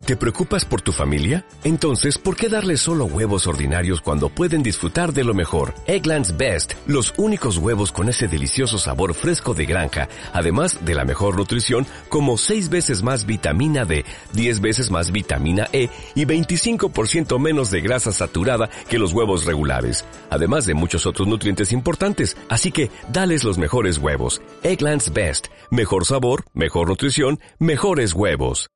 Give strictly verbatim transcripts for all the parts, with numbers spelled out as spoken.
¿Te preocupas por tu familia? Entonces, ¿por qué darles solo huevos ordinarios cuando pueden disfrutar de lo mejor? Eggland's Best, los únicos huevos con ese delicioso sabor fresco de granja, además de la mejor nutrición, como seis veces más vitamina D, diez veces más vitamina E y veinticinco por ciento menos de grasa saturada que los huevos regulares, además de muchos otros nutrientes importantes. Así que, dales los mejores huevos. Eggland's Best, mejor sabor, mejor nutrición, mejores huevos.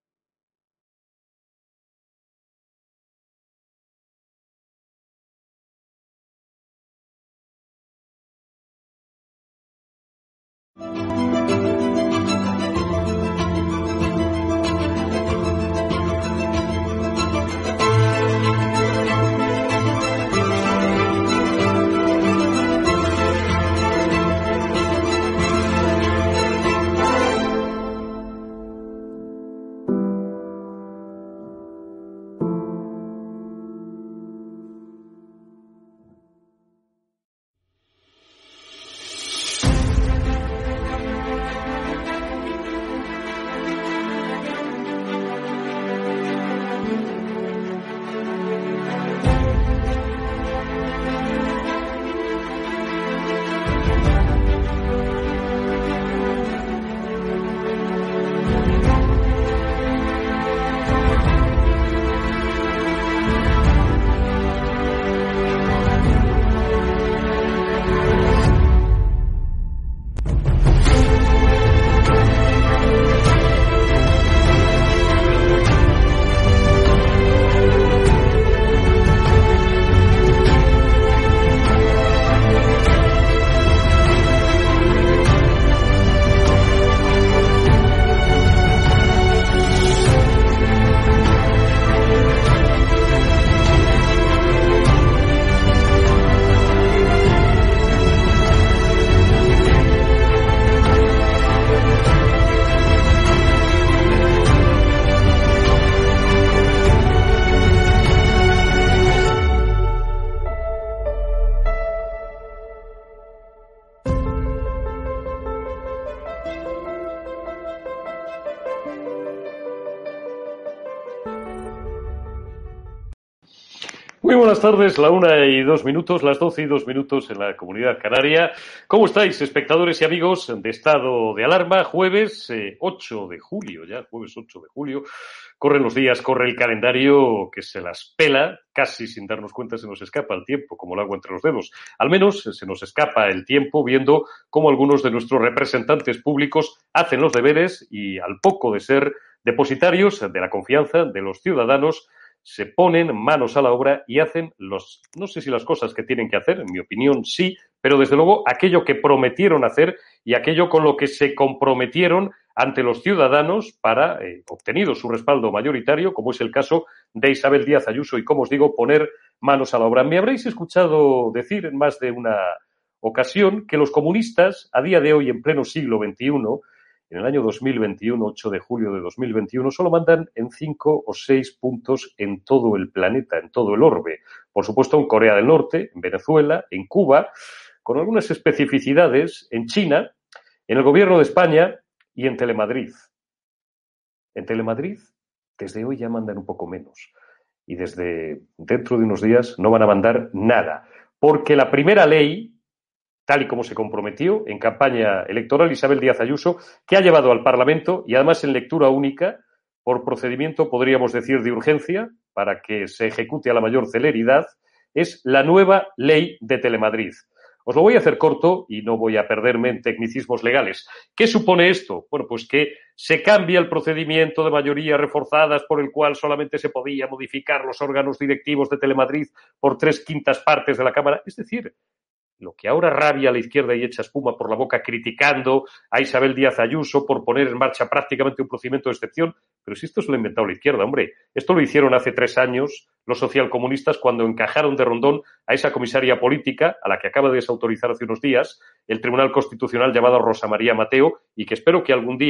Muy buenas tardes, la una y dos minutos, las doce y dos minutos en la Comunidad Canaria. ¿Cómo estáis, espectadores y amigos de Estado de Alarma? Jueves eh, ocho de julio, ya, jueves ocho de julio. Corren los días, corre el calendario que se las pela, casi sin darnos cuenta se nos escapa el tiempo, como el agua entre los dedos. Al menos se nos escapa el tiempo viendo cómo algunos de nuestros representantes públicos hacen los deberes y al poco de ser depositarios de la confianza de los ciudadanos, se ponen manos a la obra y hacen los, no sé si las cosas que tienen que hacer, en mi opinión sí, pero desde luego aquello que prometieron hacer y aquello con lo que se comprometieron ante los ciudadanos para, eh, obtenido su respaldo mayoritario, como es el caso de Isabel Díaz Ayuso, y como os digo, poner manos a la obra. Me habréis escuchado decir en más de una ocasión que los comunistas, a día de hoy, en pleno siglo veintiuno, en el año dos mil veintiuno, ocho de julio de dos mil veintiuno, solo mandan en cinco o seis puntos en todo el planeta, en todo el orbe. Por supuesto, en Corea del Norte, en Venezuela, en Cuba, con algunas especificidades, en China, en el gobierno de España y en Telemadrid. En Telemadrid, desde hoy ya mandan un poco menos. Y desde dentro de unos días no van a mandar nada. Porque la primera ley, tal y como se comprometió en campaña electoral Isabel Díaz Ayuso, que ha llevado al Parlamento y además en lectura única, por procedimiento, podríamos decir, de urgencia, para que se ejecute a la mayor celeridad, es la nueva ley de Telemadrid. Os lo voy a hacer corto y no voy a perderme en tecnicismos legales. ¿Qué supone esto? Bueno, pues que se cambia el procedimiento de mayorías reforzadas por el cual solamente se podía modificar los órganos directivos de Telemadrid por tres quintas partes de la Cámara. Es decir, lo que ahora rabia a la izquierda y echa espuma por la boca criticando a Isabel Díaz Ayuso por poner en marcha prácticamente un procedimiento de excepción. Pero si esto se lo ha inventado la izquierda, hombre. Esto lo hicieron hace tres años los socialcomunistas cuando encajaron de rondón a esa comisaria política, a la que acaba de desautorizar hace unos días el Tribunal Constitucional llamado Rosa María Mateo, y que espero que algún día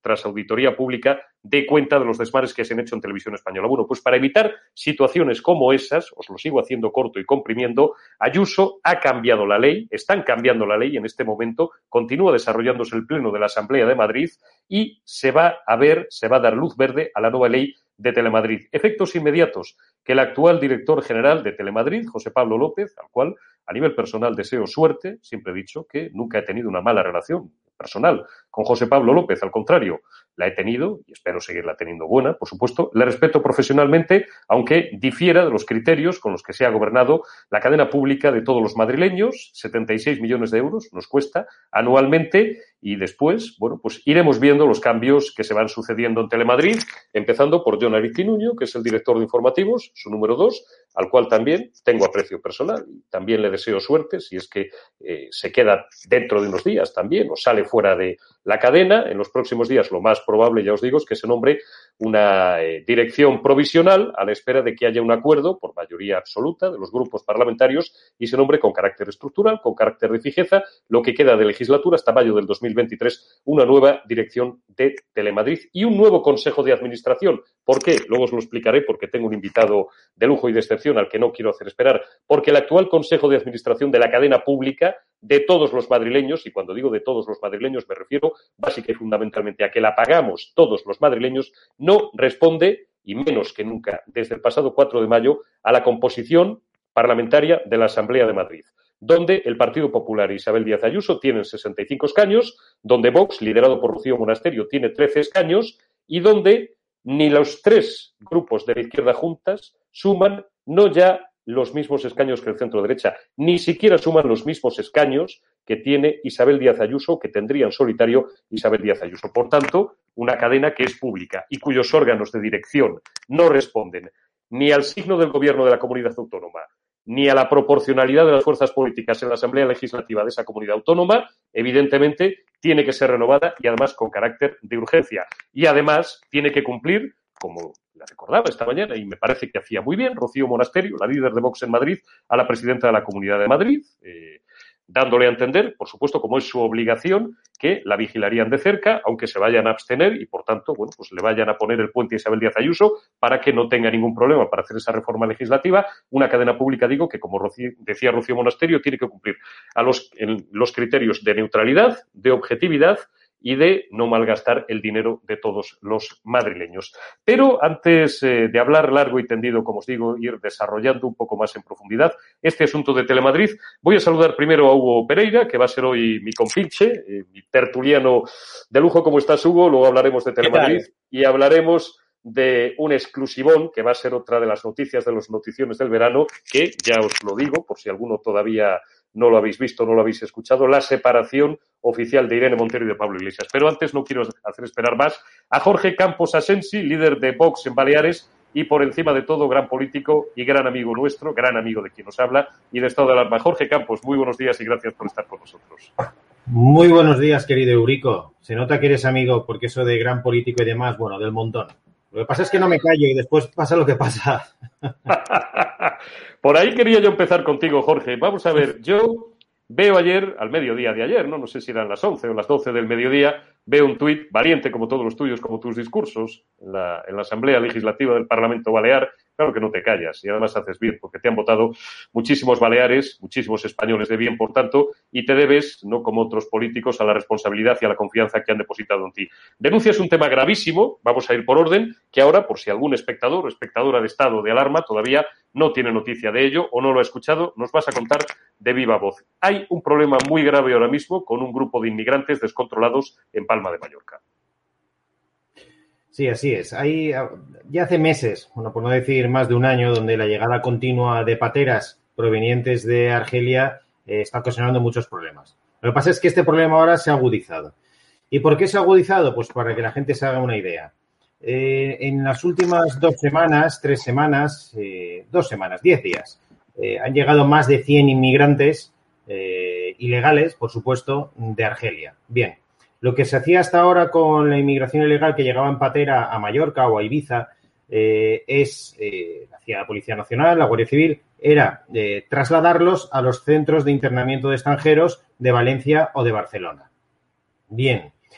tras auditoría pública, dé cuenta de los desmanes que se han hecho en Televisión Española. Bueno, pues para evitar situaciones como esas, os lo sigo haciendo corto y comprimiendo, Ayuso ha cambiado la ley, están cambiando la ley en este momento, continúa desarrollándose el Pleno de la Asamblea de Madrid y se va a ver, se va a dar luz verde a la nueva ley de Telemadrid. Efectos inmediatos, que el actual director general de Telemadrid, José Pablo López, al cual a nivel personal deseo suerte, siempre he dicho que nunca he tenido una mala relación personal con José Pablo López, al contrario, la he tenido y espero seguirla teniendo buena, por supuesto. Le respeto profesionalmente, aunque difiera de los criterios con los que se ha gobernado la cadena pública de todos los madrileños. setenta y seis millones de euros nos cuesta anualmente y después, bueno, pues iremos viendo los cambios que se van sucediendo en Telemadrid, empezando por Jon Aristinuño, que es el director de informativos, su número dos, al cual también tengo aprecio personal y también le deseo suerte si es que eh, se queda dentro de unos días también o sale fuera de la cadena. En los próximos días lo más probable, ya os digo, es que se nombre una eh, dirección provisional a la espera de que haya un acuerdo por mayoría absoluta de los grupos parlamentarios y se nombre con carácter estructural, con carácter de fijeza, lo que queda de legislatura hasta mayo del dos mil veintitrés, una nueva dirección de Telemadrid y un nuevo consejo de administración. ¿Por qué? Luego os lo explicaré porque tengo un invitado de lujo y de excepción al que no quiero hacer esperar. Porque el actual consejo de administración de la cadena pública de todos los madrileños, y cuando digo de todos los madrileños me refiero básica y fundamentalmente a que la pagamos todos los madrileños, no responde, y menos que nunca, desde el pasado cuatro de mayo, a la composición parlamentaria de la Asamblea de Madrid, donde el Partido Popular e Isabel Díaz Ayuso tienen sesenta y cinco escaños, donde Vox, liderado por Rocío Monasterio, tiene trece escaños y donde ni los tres grupos de la izquierda juntas suman no ya los mismos escaños que el centro derecha, ni siquiera suman los mismos escaños que tiene Isabel Díaz Ayuso, que tendría en solitario Isabel Díaz Ayuso. Por tanto, una cadena que es pública y cuyos órganos de dirección no responden ni al signo del gobierno de la comunidad autónoma, ni a la proporcionalidad de las fuerzas políticas en la Asamblea Legislativa de esa comunidad autónoma, evidentemente tiene que ser renovada y además con carácter de urgencia. Y además tiene que cumplir, como la recordaba esta mañana y me parece que hacía muy bien, Rocío Monasterio, la líder de Vox en Madrid, a la presidenta de la Comunidad de Madrid, eh, dándole a entender, por supuesto, como es su obligación, que la vigilarían de cerca, aunque se vayan a abstener y, por tanto, bueno, pues le vayan a poner el puente a Isabel Díaz Ayuso para que no tenga ningún problema para hacer esa reforma legislativa. Una cadena pública, digo, que, como Rocío, decía Rocío Monasterio, tiene que cumplir a los, en, los criterios de neutralidad, de objetividad y de no malgastar el dinero de todos los madrileños. Pero antes eh, de hablar largo y tendido, como os digo, ir desarrollando un poco más en profundidad este asunto de Telemadrid, voy a saludar primero a Hugo Pereira, que va a ser hoy mi compinche, eh, mi tertuliano de lujo. ¿Cómo estás, Hugo? Luego hablaremos de Telemadrid y hablaremos de un exclusivón, que va a ser otra de las noticias de las noticiones del verano, que ya os lo digo, por si alguno todavía no lo habéis visto, no lo habéis escuchado, la separación oficial de Irene Montero y de Pablo Iglesias. Pero antes no quiero hacer esperar más a Jorge Campos Asensi, líder de Vox en Baleares y, por encima de todo, gran político y gran amigo nuestro, gran amigo de quien nos habla y de Estado de Alarma. Jorge Campos, muy buenos días y gracias por estar con nosotros. Muy buenos días, querido Eurico. Se nota que eres amigo, porque eso de gran político y demás, bueno, del montón. Lo que pasa es que no me callo y después pasa lo que pasa. Por ahí quería yo empezar contigo, Jorge. Vamos a ver, yo veo ayer, al mediodía de ayer, no, no sé si eran las once o las doce del mediodía, veo un tuit valiente, como todos los tuyos, como tus discursos, en la, en la Asamblea Legislativa del Parlamento Balear. Claro que no te callas y además haces bien, porque te han votado muchísimos baleares, muchísimos españoles de bien, por tanto, y te debes, no como otros políticos, a la responsabilidad y a la confianza que han depositado en ti. Denuncias un tema gravísimo, vamos a ir por orden, que ahora, por si algún espectador o espectadora de estado de alarma todavía no tiene noticia de ello o no lo ha escuchado, nos vas a contar de viva voz. Hay un problema muy grave ahora mismo con un grupo de inmigrantes descontrolados en Palma de Mallorca. Sí, así es. Hay ya hace meses, bueno, por no decir más de un año, donde la llegada continua de pateras provenientes de Argelia eh, está ocasionando muchos problemas. Lo que pasa es que este problema ahora se ha agudizado. ¿Y por qué se ha agudizado? Pues para que la gente se haga una idea. Eh, en las últimas dos semanas, tres semanas, eh, dos semanas, diez días, eh, han llegado más de cien inmigrantes eh, ilegales, por supuesto, de Argelia. Bien. Lo que se hacía hasta ahora con la inmigración ilegal que llegaba en patera a Mallorca o a Ibiza eh, es, eh, hacía la Policía Nacional, la Guardia Civil, era eh, trasladarlos a los centros de internamiento de extranjeros de Valencia o de Barcelona. Bien,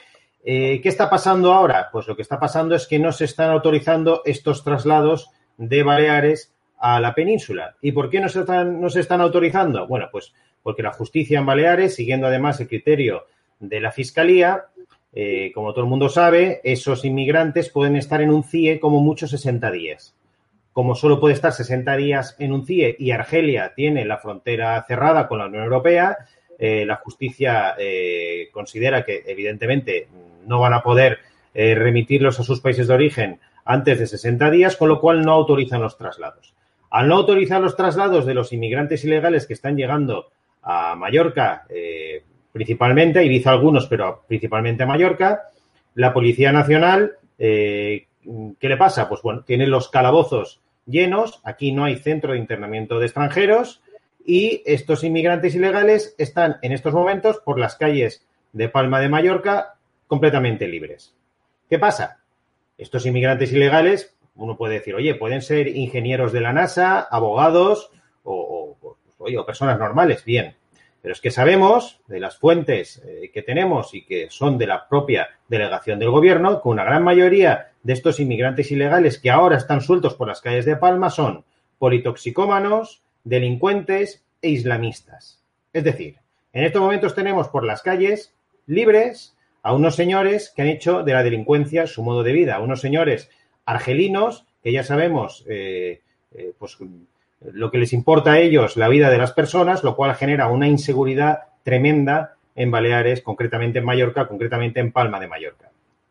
Eh, ¿Qué está pasando ahora? Pues lo que está pasando es que no se están autorizando estos traslados de Baleares a la península. ¿Y por qué no se están, no se están autorizando? Bueno, pues porque la justicia en Baleares, siguiendo además el criterio de la Fiscalía, eh, como todo el mundo sabe, esos inmigrantes pueden estar en un C I E como mucho sesenta días. Como solo puede estar sesenta días en un C I E y Argelia tiene la frontera cerrada con la Unión Europea, eh, la justicia eh, considera que, evidentemente, no van a poder eh, remitirlos a sus países de origen antes de sesenta días, con lo cual no autorizan los traslados. Al no autorizar los traslados de los inmigrantes ilegales que están llegando a Mallorca, eh, principalmente, a Ibiza algunos, pero principalmente a Mallorca, la Policía Nacional, eh, ¿qué le pasa? Pues bueno, tiene los calabozos llenos, aquí no hay centro de internamiento de extranjeros y estos inmigrantes ilegales están en estos momentos por las calles de Palma de Mallorca completamente libres. ¿Qué pasa? Estos inmigrantes ilegales, uno puede decir, oye, pueden ser ingenieros de la NASA, abogados o, o, oye, o personas normales, bien. Pero es que sabemos de las fuentes eh, que tenemos y que son de la propia delegación del gobierno que una gran mayoría de estos inmigrantes ilegales que ahora están sueltos por las calles de Palma son politoxicómanos, delincuentes e islamistas. Es decir, en estos momentos tenemos por las calles libres a unos señores que han hecho de la delincuencia su modo de vida, a unos señores argelinos que ya sabemos eh, eh, pues lo que les importa a ellos la vida de las personas, lo cual genera una inseguridad tremenda en Baleares, concretamente en Mallorca, concretamente en Palma de Mallorca.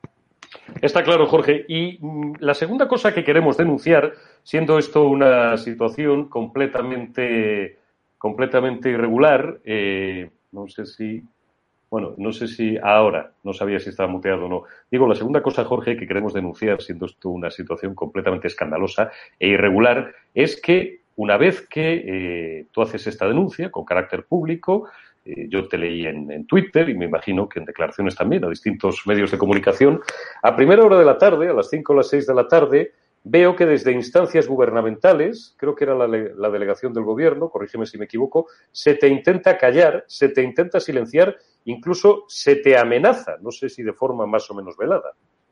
Está claro, Jorge. Y mm, la segunda cosa que queremos denunciar, siendo esto una situación completamente, completamente irregular, eh, no sé si... Bueno, no sé si ahora, no sabía si estaba muteado o no. Digo, la segunda cosa, Jorge, que queremos denunciar, siendo esto una situación completamente escandalosa e irregular, es que una vez que eh, tú haces esta denuncia con carácter público, eh, yo te leí en, en Twitter y me imagino que en declaraciones también a distintos medios de comunicación, a primera hora de la tarde, a las cinco o las seis de la tarde, veo que desde instancias gubernamentales, creo que era la, la delegación del gobierno, corrígeme si me equivoco, se te intenta callar, se te intenta silenciar, incluso se te amenaza, no sé si de forma más o menos velada.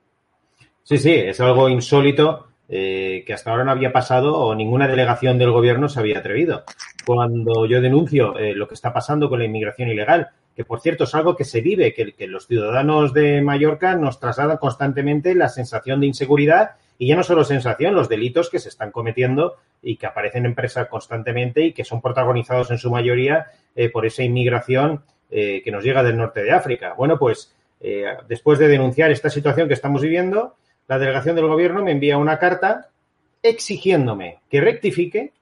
Sí, sí, es algo insólito eh, que hasta ahora no había pasado o ninguna delegación del gobierno se había atrevido. Cuando yo denuncio eh, lo que está pasando con la inmigración ilegal, que por cierto es algo que se vive, que, que los ciudadanos de Mallorca nos trasladan constantemente la sensación de inseguridad. Y ya no solo sensación, los delitos que se están cometiendo y que aparecen en prensa constantemente y que son protagonizados en su mayoría eh, por esa inmigración eh, que nos llega del norte de África. Bueno, pues eh, después de denunciar esta situación que estamos viviendo, la delegación del gobierno me envía una carta exigiéndome que rectifique,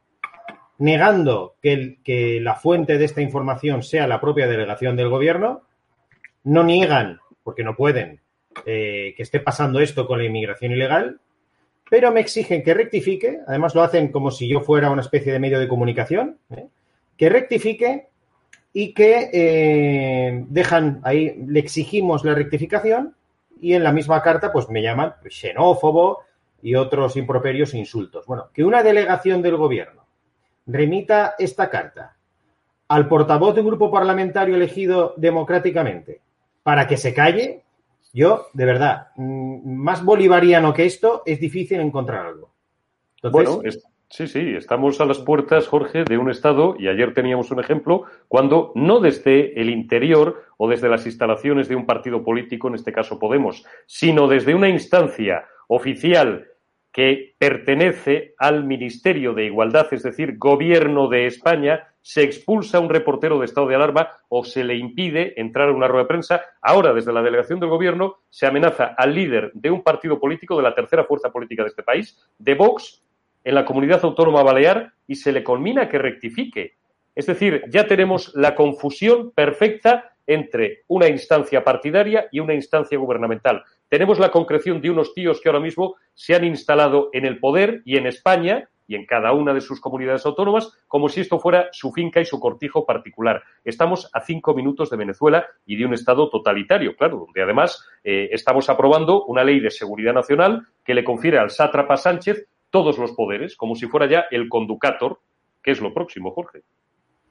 negando que, el, que la fuente de esta información sea la propia delegación del gobierno. No niegan, porque no pueden, Eh, que esté pasando esto con la inmigración ilegal, pero me exigen que rectifique, además lo hacen como si yo fuera una especie de medio de comunicación, ¿eh? que rectifique y que eh, dejan ahí, le exigimos la rectificación y en la misma carta pues me llaman xenófobo y otros improperios e insultos. Bueno, que una delegación del gobierno remita esta carta al portavoz de un grupo parlamentario elegido democráticamente para que se calle. Yo, de verdad, más bolivariano que esto es difícil encontrar algo. Entonces, bueno, es, sí, sí, estamos a las puertas, Jorge, de un Estado, y ayer teníamos un ejemplo, cuando no desde el interior o desde las instalaciones de un partido político, en este caso Podemos, sino desde una instancia oficial que pertenece al Ministerio de Igualdad, es decir, Gobierno de España, se expulsa a un reportero de estado de alarma o se le impide entrar a una rueda de prensa. Ahora, desde la delegación del Gobierno, se amenaza al líder de un partido político, de la tercera fuerza política de este país, de Vox, en la Comunidad Autónoma Balear, y se le conmina que rectifique. Es decir, ya tenemos la confusión perfecta entre una instancia partidaria y una instancia gubernamental. Tenemos la concreción de unos tíos que ahora mismo se han instalado en el poder y en España y en cada una de sus comunidades autónomas como si esto fuera su finca y su cortijo particular. Estamos a cinco minutos de Venezuela y de un Estado totalitario, claro, donde además eh, estamos aprobando una ley de seguridad nacional que le confiere al sátrapa Sánchez todos los poderes, como si fuera ya el conducator, que es lo próximo, Jorge.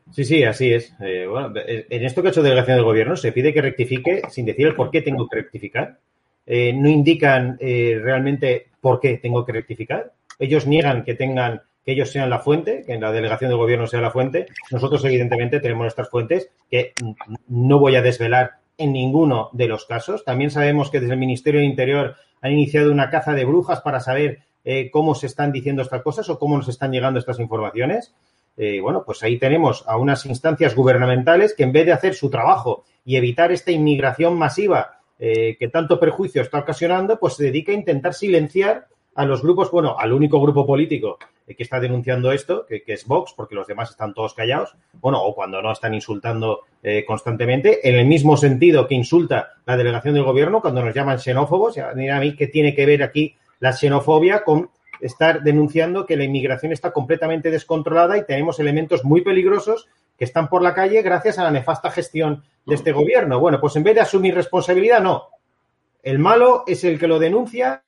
Sí, sí, así es. Eh, bueno, en esto que ha hecho delegación del gobierno se pide que rectifique sin decir el por qué tengo que rectificar. Eh, no indican eh, realmente por qué tengo que rectificar. Ellos niegan que tengan, que ellos sean la fuente, que en la delegación del gobierno sea la fuente. Nosotros, evidentemente, tenemos nuestras fuentes que no voy a desvelar en ninguno de los casos. También sabemos que desde el Ministerio del Interior han iniciado una caza de brujas para saber eh, cómo se están diciendo estas cosas o cómo nos están llegando estas informaciones. Eh, bueno, pues ahí tenemos a unas instancias gubernamentales que en vez de hacer su trabajo y evitar esta inmigración masiva eh, que tanto perjuicio está ocasionando, pues se dedica a intentar silenciar a los grupos, bueno, al único grupo político eh, que está denunciando esto, que, que es Vox, porque los demás están todos callados, bueno, o cuando no están insultando eh, constantemente, en el mismo sentido que insulta la delegación del gobierno cuando nos llaman xenófobos. Ya, mira a mí qué tiene que ver aquí la xenofobia con estar denunciando que la inmigración está completamente descontrolada y tenemos elementos muy peligrosos que están por la calle gracias a la nefasta gestión de este gobierno. Bueno, pues en vez de asumir responsabilidad, no. El malo es el que lo denuncia.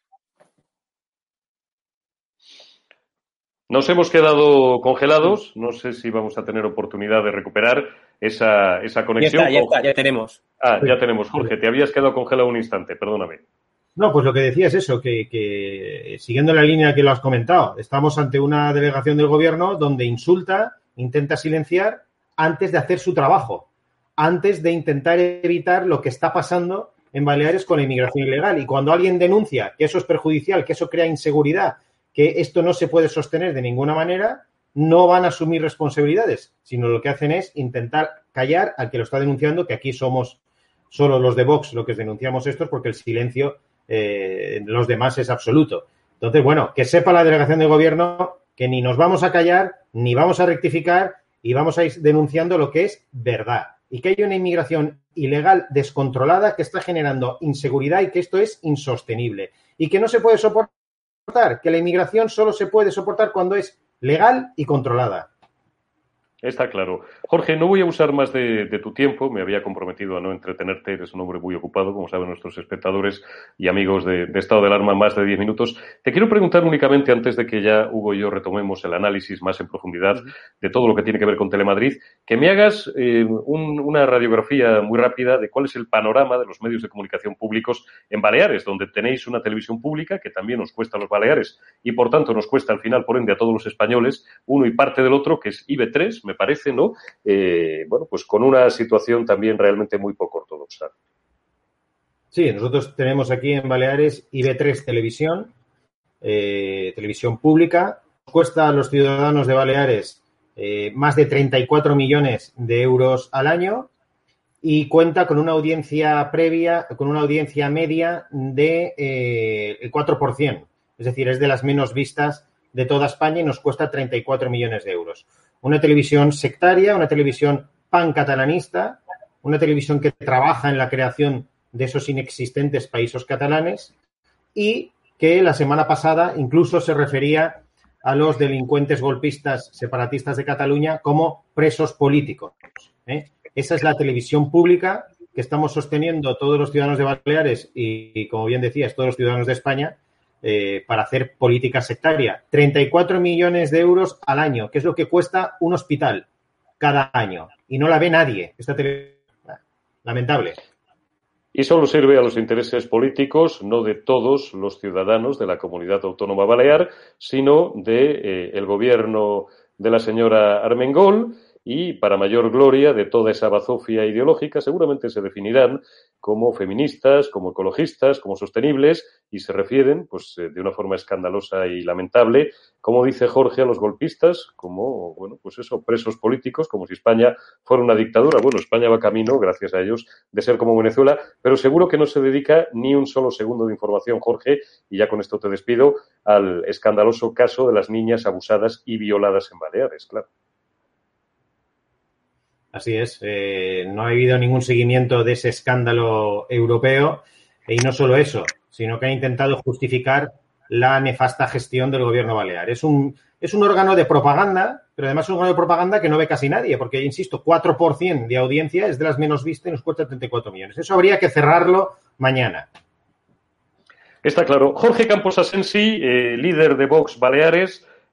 Nos hemos quedado congelados. No sé si vamos a tener oportunidad de recuperar esa, esa conexión. Ya está, ya está, ya tenemos. Ah, ya tenemos. Jorge, te habías quedado congelado un instante, perdóname. No, pues lo que decía es eso, que, que siguiendo la línea que lo has comentado, estamos ante una delegación del gobierno donde insulta, intenta silenciar antes de hacer su trabajo, antes de intentar evitar lo que está pasando en Baleares con la inmigración ilegal. Y cuando alguien denuncia que eso es perjudicial, que eso crea inseguridad, que esto no se puede sostener de ninguna manera, no van a asumir responsabilidades, sino lo que hacen es intentar callar al que lo está denunciando, que aquí somos solo los de Vox los que denunciamos esto, porque el silencio Eh, los demás es absoluto. Entonces, bueno, que sepa la delegación de gobierno que ni nos vamos a callar, ni vamos a rectificar y vamos a ir denunciando lo que es verdad. Y que hay una inmigración ilegal descontrolada que está generando inseguridad y que esto es insostenible. Y que no se puede soportar, que la inmigración solo se puede soportar cuando es legal y controlada. Está claro. Jorge, no voy a usar más de, de tu tiempo. Me había comprometido a no entretenerte. Eres un hombre muy ocupado, como saben nuestros espectadores y amigos de, de Estado de Alarma, más de diez minutos. Te quiero preguntar únicamente, antes de que ya Hugo y yo retomemos el análisis más en profundidad de todo lo que tiene que ver con Telemadrid, que me hagas eh, un, una radiografía muy rápida de cuál es el panorama de los medios de comunicación públicos en Baleares, donde tenéis una televisión pública que también nos cuesta a los baleares y, por tanto, nos cuesta al final, por ende, a todos los españoles, uno y parte del otro, que es I B tres, me parece, ¿no? Eh, bueno, pues con una situación también realmente muy poco ortodoxa. Sí, nosotros tenemos aquí en Baleares I B tres Televisión, eh, televisión pública. Cuesta a los ciudadanos de Baleares eh, más de treinta y cuatro millones de euros al año y cuenta con una audiencia previa, con una audiencia media de eh, el cuatro por ciento. Es decir, es de las menos vistas de toda España y nos cuesta treinta y cuatro millones de euros. Una televisión sectaria, una televisión pancatalanista, una televisión que trabaja en la creación de esos inexistentes países catalanes y que la semana pasada incluso se refería a los delincuentes golpistas separatistas de Cataluña como presos políticos. ¿eh? Esa es la televisión pública que estamos sosteniendo todos los ciudadanos de Baleares y, y como bien decías, todos los ciudadanos de España, Eh, para hacer política sectaria. treinta y cuatro millones de euros al año, que es lo que cuesta un hospital cada año. Y no la ve nadie. Esta tele... Lamentable. Y solo sirve a los intereses políticos, no de todos los ciudadanos de la Comunidad Autónoma Balear, sino de eh, el gobierno de la señora Armengol y, para mayor gloria de toda esa bazofia ideológica, seguramente se definirán como feministas, como ecologistas, como sostenibles y se refieren, pues, de una forma escandalosa y lamentable, como dice Jorge, a los golpistas como, bueno, pues eso, presos políticos, como si España fuera una dictadura. Bueno, España va camino, gracias a ellos, de ser como Venezuela, pero seguro que no se dedica ni un solo segundo de información, Jorge, y ya con esto te despido, al escandaloso caso de las niñas abusadas y violadas en Baleares, claro. Así es, eh, no ha habido ningún seguimiento de ese escándalo europeo y no solo eso, sino que ha intentado justificar la nefasta gestión del gobierno balear. Es un, es un órgano de propaganda, pero además es un órgano de propaganda que no ve casi nadie, porque, insisto, cuatro por ciento de audiencia es de las menos vistas y nos cuesta treinta y cuatro millones. Eso habría que cerrarlo mañana. Está claro. Jorge Campos Asensi, eh, líder de Vox Baleares,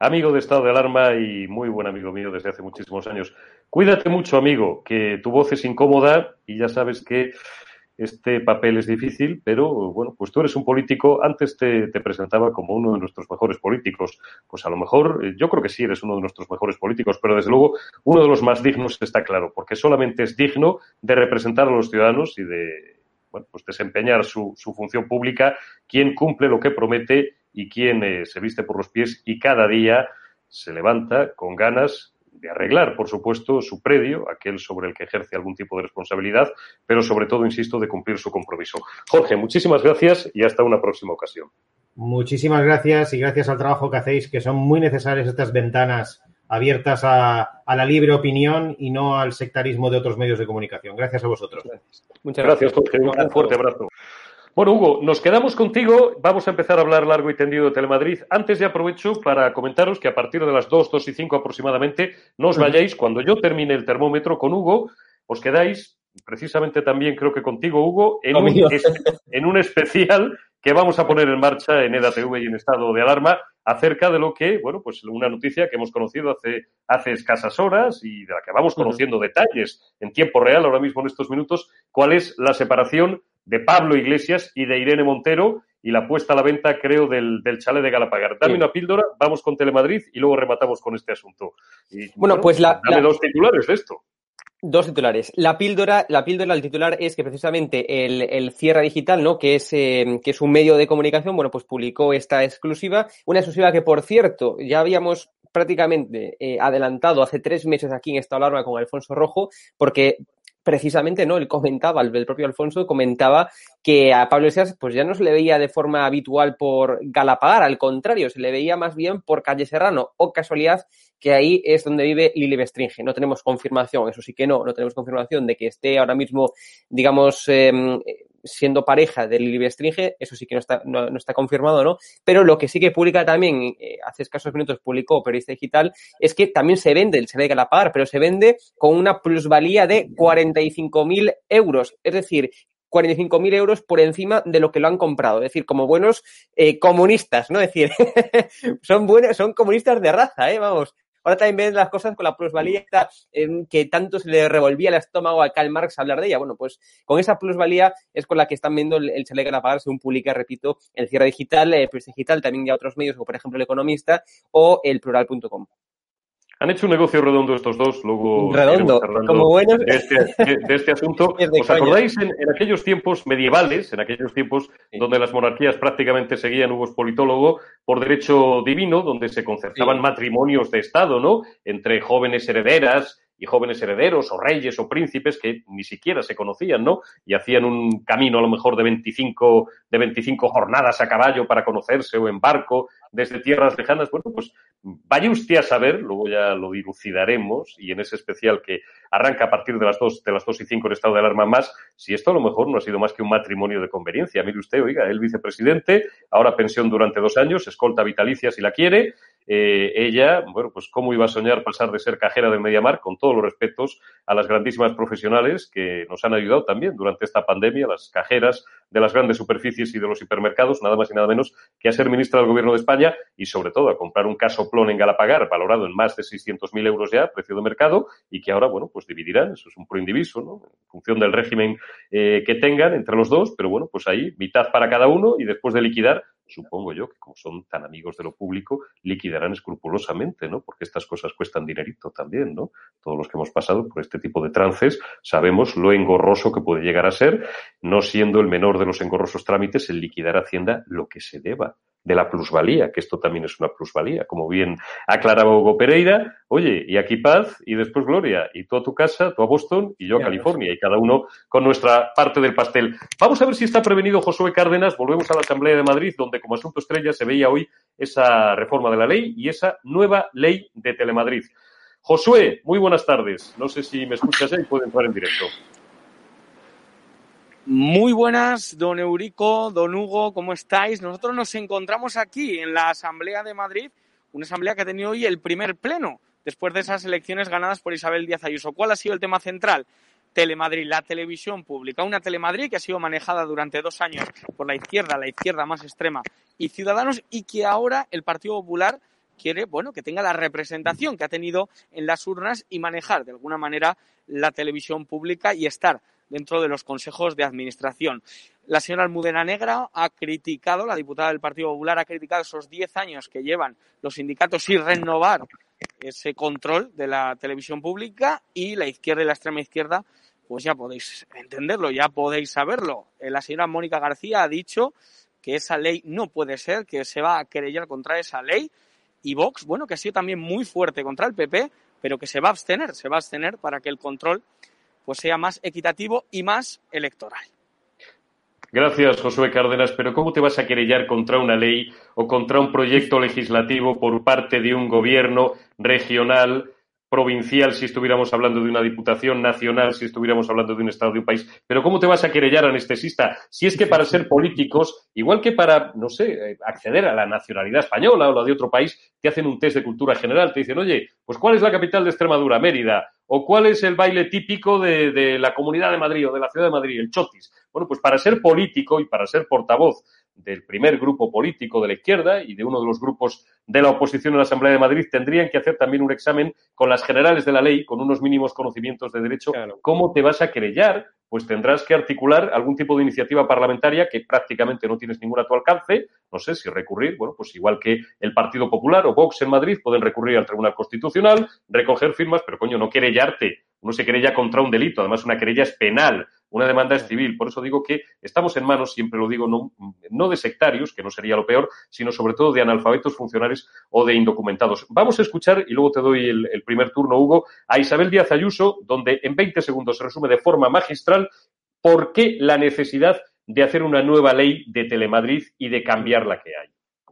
amigo de Estado de Alarma y muy buen amigo mío desde hace muchísimos años. Cuídate mucho, amigo, que tu voz es incómoda y ya sabes que este papel es difícil, pero bueno, pues tú eres un político. Antes te, te presentaba como uno de nuestros mejores políticos. Pues a lo mejor, yo creo que sí eres uno de nuestros mejores políticos, pero desde luego uno de los más dignos está claro, porque solamente es digno de representar a los ciudadanos y de, bueno, pues desempeñar su, su función pública quien cumple lo que promete y quien eh, se viste por los pies y cada día se levanta con ganas de arreglar, por supuesto, su predio, aquel sobre el que ejerce algún tipo de responsabilidad, pero sobre todo, insisto, de cumplir su compromiso. Jorge, muchísimas gracias y hasta una próxima ocasión. Muchísimas gracias y gracias al trabajo que hacéis, que son muy necesarias estas ventanas abiertas a, a la libre opinión y no al sectarismo de otros medios de comunicación. Gracias a vosotros. Gracias. Muchas gracias, Jorge. Un, un fuerte abrazo. Bueno, Hugo, nos quedamos contigo. Vamos a empezar a hablar largo y tendido de Telemadrid. Antes ya aprovecho para comentaros que a partir de las dos, dos y cinco aproximadamente, no os vayáis. Cuando yo termine el termómetro con Hugo, os quedáis, precisamente también creo que contigo, Hugo, en, un, en un especial que vamos a poner en marcha en EDA T V y en Estado de Alarma acerca de lo que, bueno, pues una noticia que hemos conocido hace, hace escasas horas y de la que vamos conociendo uh-huh. detalles en tiempo real ahora mismo en estos minutos, cuál es la separación de Pablo Iglesias y de Irene Montero y la puesta a la venta, creo, del, del chalet de Galapagar. Dame sí. una píldora, vamos con Telemadrid y luego rematamos con este asunto. Y, bueno, bueno, pues la... Dame la... dos titulares de esto. Dos titulares. La píldora, la píldora, el titular es que precisamente el, el Cierra Digital, ¿no? Que es, eh, que es un medio de comunicación, bueno, pues publicó esta exclusiva. Una exclusiva que, por cierto, ya habíamos prácticamente eh, adelantado hace tres meses aquí en Estado de Alarma con Alfonso Rojo, porque precisamente, ¿no? Él comentaba, el propio Alfonso comentaba que a Pablo Iglesias pues ya no se le veía de forma habitual por Galapagar, al contrario, se le veía más bien por Calle Serrano, o casualidad que ahí es donde vive Lili Bestringe. No tenemos confirmación, eso sí que no, no tenemos confirmación de que esté ahora mismo, digamos, eh, siendo pareja de Lili Bestringe, eso sí que no está, no, no está confirmado, ¿no? Pero lo que sí que publica también, eh, hace escasos minutos publicó Periodista Digital, es que también se vende el chalet de Galapagar, pero se vende con una plusvalía de cuarenta y cinco mil euros, es decir, cuarenta y cinco mil euros por encima de lo que lo han comprado, es decir, como buenos eh, comunistas, ¿no? Es decir, son buenos, son comunistas de raza, ¿eh? Vamos. Ahora también ven las cosas con la plusvalía eh, que tanto se le revolvía el estómago a Karl Marx hablar de ella. Bueno, pues con esa plusvalía es con la que están viendo el, el chalet Galapagar, según publica, repito, el Cierra Digital, el Periodista Digital, también ya otros medios, como por ejemplo El Economista o el Plural punto com. Han hecho un negocio redondo estos dos, luego redondo, como buenos de este, de, de este asunto. ¿Os acordáis en, en aquellos tiempos medievales, en aquellos tiempos sí. donde las monarquías prácticamente seguían, Hugo es politólogo, por derecho divino, donde se concertaban sí. matrimonios de Estado, ¿no? Entre jóvenes herederas y jóvenes herederos o reyes o príncipes que ni siquiera se conocían, ¿no? Y hacían un camino a lo mejor de veinticinco, de veinticinco jornadas a caballo para conocerse o en barco desde tierras lejanas. Bueno, pues vaya usted a saber, luego ya lo dilucidaremos y en ese especial que arranca a partir de las dos, de las dos y cinco en Estado de Alarma más, si esto a lo mejor no ha sido más que un matrimonio de conveniencia. Mire usted, oiga, el vicepresidente, ahora pensión durante dos años, escolta vitalicia si la quiere. Eh, ella, bueno, pues cómo iba a soñar pasar de ser cajera del MediaMarkt, con todos los respetos a las grandísimas profesionales que nos han ayudado también durante esta pandemia, las cajeras de las grandes superficies y de los hipermercados, nada más y nada menos que a ser ministra del Gobierno de España y sobre todo a comprar un casoplón en Galapagar valorado en más de seiscientos mil euros ya, precio de mercado, y que ahora, bueno, pues dividirán, eso es un proindiviso, ¿no? En función del régimen eh, que tengan entre los dos, pero bueno, pues ahí mitad para cada uno y después de liquidar, supongo yo que como son tan amigos de lo público, liquidarán escrupulosamente, ¿no? Porque estas cosas cuestan dinerito también, ¿no? Todos los que hemos pasado por este tipo de trances sabemos lo engorroso que puede llegar a ser, no siendo el menor de los engorrosos trámites el liquidar a Hacienda lo que se deba de la plusvalía, que esto también es una plusvalía, como bien aclaraba Hugo Pereira. Oye, y aquí paz, y después gloria, y tú a tu casa, tú a Boston, y yo a California, y cada uno con nuestra parte del pastel. Vamos a ver si está prevenido Josué Cárdenas. Volvemos a la Asamblea de Madrid, donde como asunto estrella se veía hoy esa reforma de la ley y esa nueva ley de Telemadrid. Josué, muy buenas tardes. No sé si me escuchas ahí, puedo entrar en directo. Muy buenas, don Eurico, don Hugo, ¿cómo estáis? Nosotros nos encontramos aquí en la Asamblea de Madrid, una asamblea que ha tenido hoy el primer pleno, después de esas elecciones ganadas por Isabel Díaz Ayuso. ¿Cuál ha sido el tema central? Telemadrid, la televisión pública. Una Telemadrid que ha sido manejada durante dos años por la izquierda, la izquierda más extrema y Ciudadanos, y que ahora el Partido Popular quiere, bueno, que tenga la representación que ha tenido en las urnas y manejar de alguna manera la televisión pública y estar dentro de los consejos de administración. La señora Almudena Negra ha criticado, la diputada del Partido Popular ha criticado esos diez años que llevan los sindicatos sin renovar ese control de la televisión pública, y la izquierda y la extrema izquierda, pues ya podéis entenderlo, ya podéis saberlo. La señora Mónica García ha dicho que esa ley no puede ser, que se va a querellar contra esa ley, y Vox, bueno, que ha sido también muy fuerte contra el P P, pero que se va a abstener, se va a abstener para que el control pues sea más equitativo y más electoral. Gracias, Josué Cárdenas, pero ¿cómo te vas a querellar contra una ley o contra un proyecto legislativo por parte de un gobierno regional, provincial, si estuviéramos hablando de una diputación, nacional, si estuviéramos hablando de un estado, de un país? Pero ¿cómo te vas a querellar, anestesista? Si es que para ser políticos, igual que para, no sé, acceder a la nacionalidad española o la de otro país, te hacen un test de cultura general, te dicen, oye, pues ¿cuál es la capital de Extremadura? Mérida. ¿O cuál es el baile típico de, de la Comunidad de Madrid o de la Ciudad de Madrid? El chotis. Bueno, pues para ser político y para ser portavoz del primer grupo político de la izquierda y de uno de los grupos de la oposición en la Asamblea de Madrid, tendrían que hacer también un examen con las generales de la ley, con unos mínimos conocimientos de derecho. Claro. ¿Cómo te vas a querellar? Pues tendrás que articular algún tipo de iniciativa parlamentaria que prácticamente no tienes ninguna a tu alcance. No sé si recurrir, bueno, pues igual que el Partido Popular o Vox en Madrid pueden recurrir al Tribunal Constitucional, recoger firmas, pero coño, no querellarte. Uno se querella contra un delito, además una querella es penal, una demanda es civil. Por eso digo que estamos en manos, siempre lo digo, no, no de sectarios, que no sería lo peor, sino sobre todo de analfabetos funcionarios o de indocumentados. Vamos a escuchar, y luego te doy el, el primer turno, Hugo, a Isabel Díaz Ayuso, donde en veinte segundos se resume de forma magistral por qué la necesidad de hacer una nueva ley de Telemadrid y de cambiar la que hay.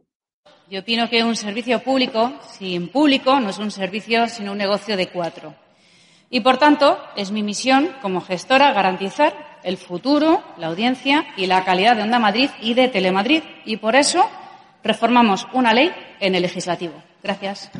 Yo opino que un servicio público, sin público, no es un servicio, sino un negocio de cuatro. Y, por tanto, es mi misión como gestora garantizar el futuro, la audiencia y la calidad de Onda Madrid y de Telemadrid. Y, por eso, reformamos una ley en el legislativo. Gracias.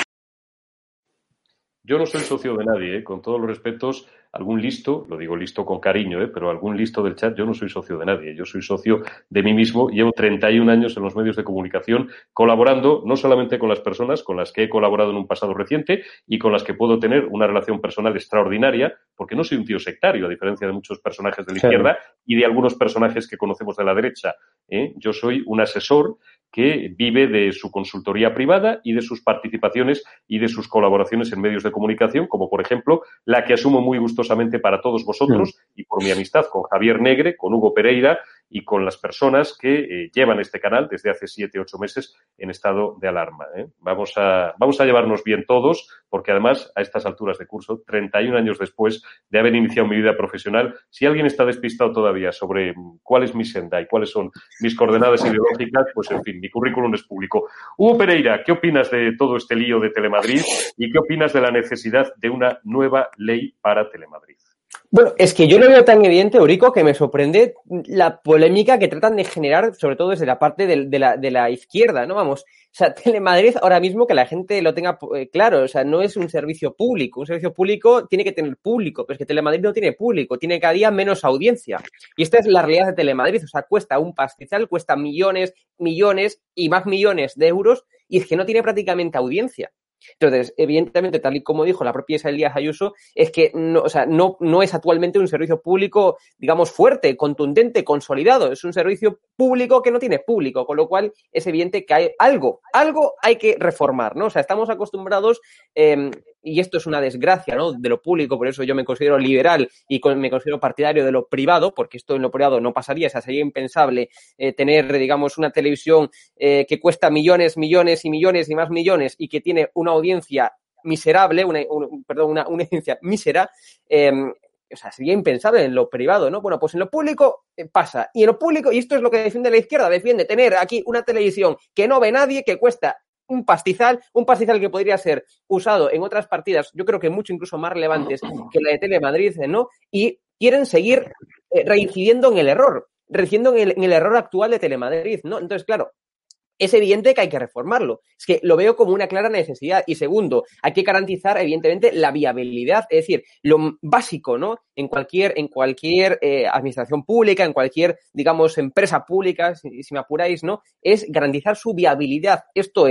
Yo no soy socio de nadie, ¿eh? Con todos los respetos, algún listo, lo digo listo con cariño, ¿eh? Pero algún listo del chat, yo no soy socio de nadie. Yo soy socio de mí mismo. Llevo treinta y un años en los medios de comunicación colaborando no solamente con las personas con las que he colaborado en un pasado reciente y con las que puedo tener una relación personal extraordinaria, porque no soy un tío sectario, a diferencia de muchos personajes de la izquierda y de algunos personajes que conocemos de la derecha, ¿eh? Yo soy un asesor que vive de su consultoría privada y de sus participaciones y de sus colaboraciones en medios de comunicación, como por ejemplo la que asumo muy gustosamente para todos vosotros y por mi amistad con Javier Negre, con Hugo Pereira y con las personas que eh, llevan este canal desde hace siete, ocho meses en estado de alarma, ¿eh? Vamos a, vamos a llevarnos bien todos, porque además a estas alturas de curso, treinta y un años después de haber iniciado mi vida profesional, si alguien está despistado todavía sobre cuál es mi senda y cuáles son mis coordenadas ideológicas, pues en fin, mi currículum es público. Hugo Pereira, ¿qué opinas de todo este lío de Telemadrid y qué opinas de la necesidad de una nueva ley para Telemadrid? Bueno, es que yo lo veo tan evidente, Eurico, que me sorprende la polémica que tratan de generar, sobre todo desde la parte de, de, la, de la izquierda, ¿no? Vamos, o sea, Telemadrid ahora mismo, que la gente lo tenga eh, claro, o sea, no es un servicio público. Un servicio público tiene que tener público, pero es que Telemadrid no tiene público, tiene cada día menos audiencia. Y esta es la realidad de Telemadrid, o sea, cuesta un pastizal, cuesta millones, millones y más millones de euros, y es que no tiene prácticamente audiencia. Entonces, evidentemente, tal y como dijo la propia Isabel Díaz Ayuso, es que no, o sea, no, no es actualmente un servicio público, digamos, fuerte, contundente, consolidado. Es un servicio público que no tiene público, con lo cual es evidente que hay algo, algo hay que reformar, ¿no? O sea, estamos acostumbrados, eh, y esto es una desgracia, ¿no?, de lo público, por eso yo me considero liberal y con, me considero partidario de lo privado, porque esto en lo privado no pasaría, o sea, sería impensable eh, tener, digamos, una televisión eh, que cuesta millones, millones y millones y más millones y que tiene una audiencia miserable, una, un, perdón, una, una audiencia mísera, eh, o sea, sería impensable en lo privado, ¿no? Bueno, pues en lo público eh, pasa. Y en lo público, y esto es lo que defiende la izquierda, defiende tener aquí una televisión que no ve nadie, que cuesta un pastizal, un pastizal que podría ser usado en otras partidas, yo creo que mucho incluso más relevantes que la de Telemadrid, ¿no? Y quieren seguir eh, reincidiendo en el error, reincidiendo en el, en el error actual de Telemadrid, ¿no? Entonces, claro, es evidente que hay que reformarlo. Es que lo veo como una clara necesidad. Y segundo, hay que garantizar, evidentemente, la viabilidad, es decir, lo básico, ¿no? En cualquier, en cualquier eh, administración pública, en cualquier, digamos, empresa pública, si, si me apuráis, ¿no? Es garantizar su viabilidad. Esto es,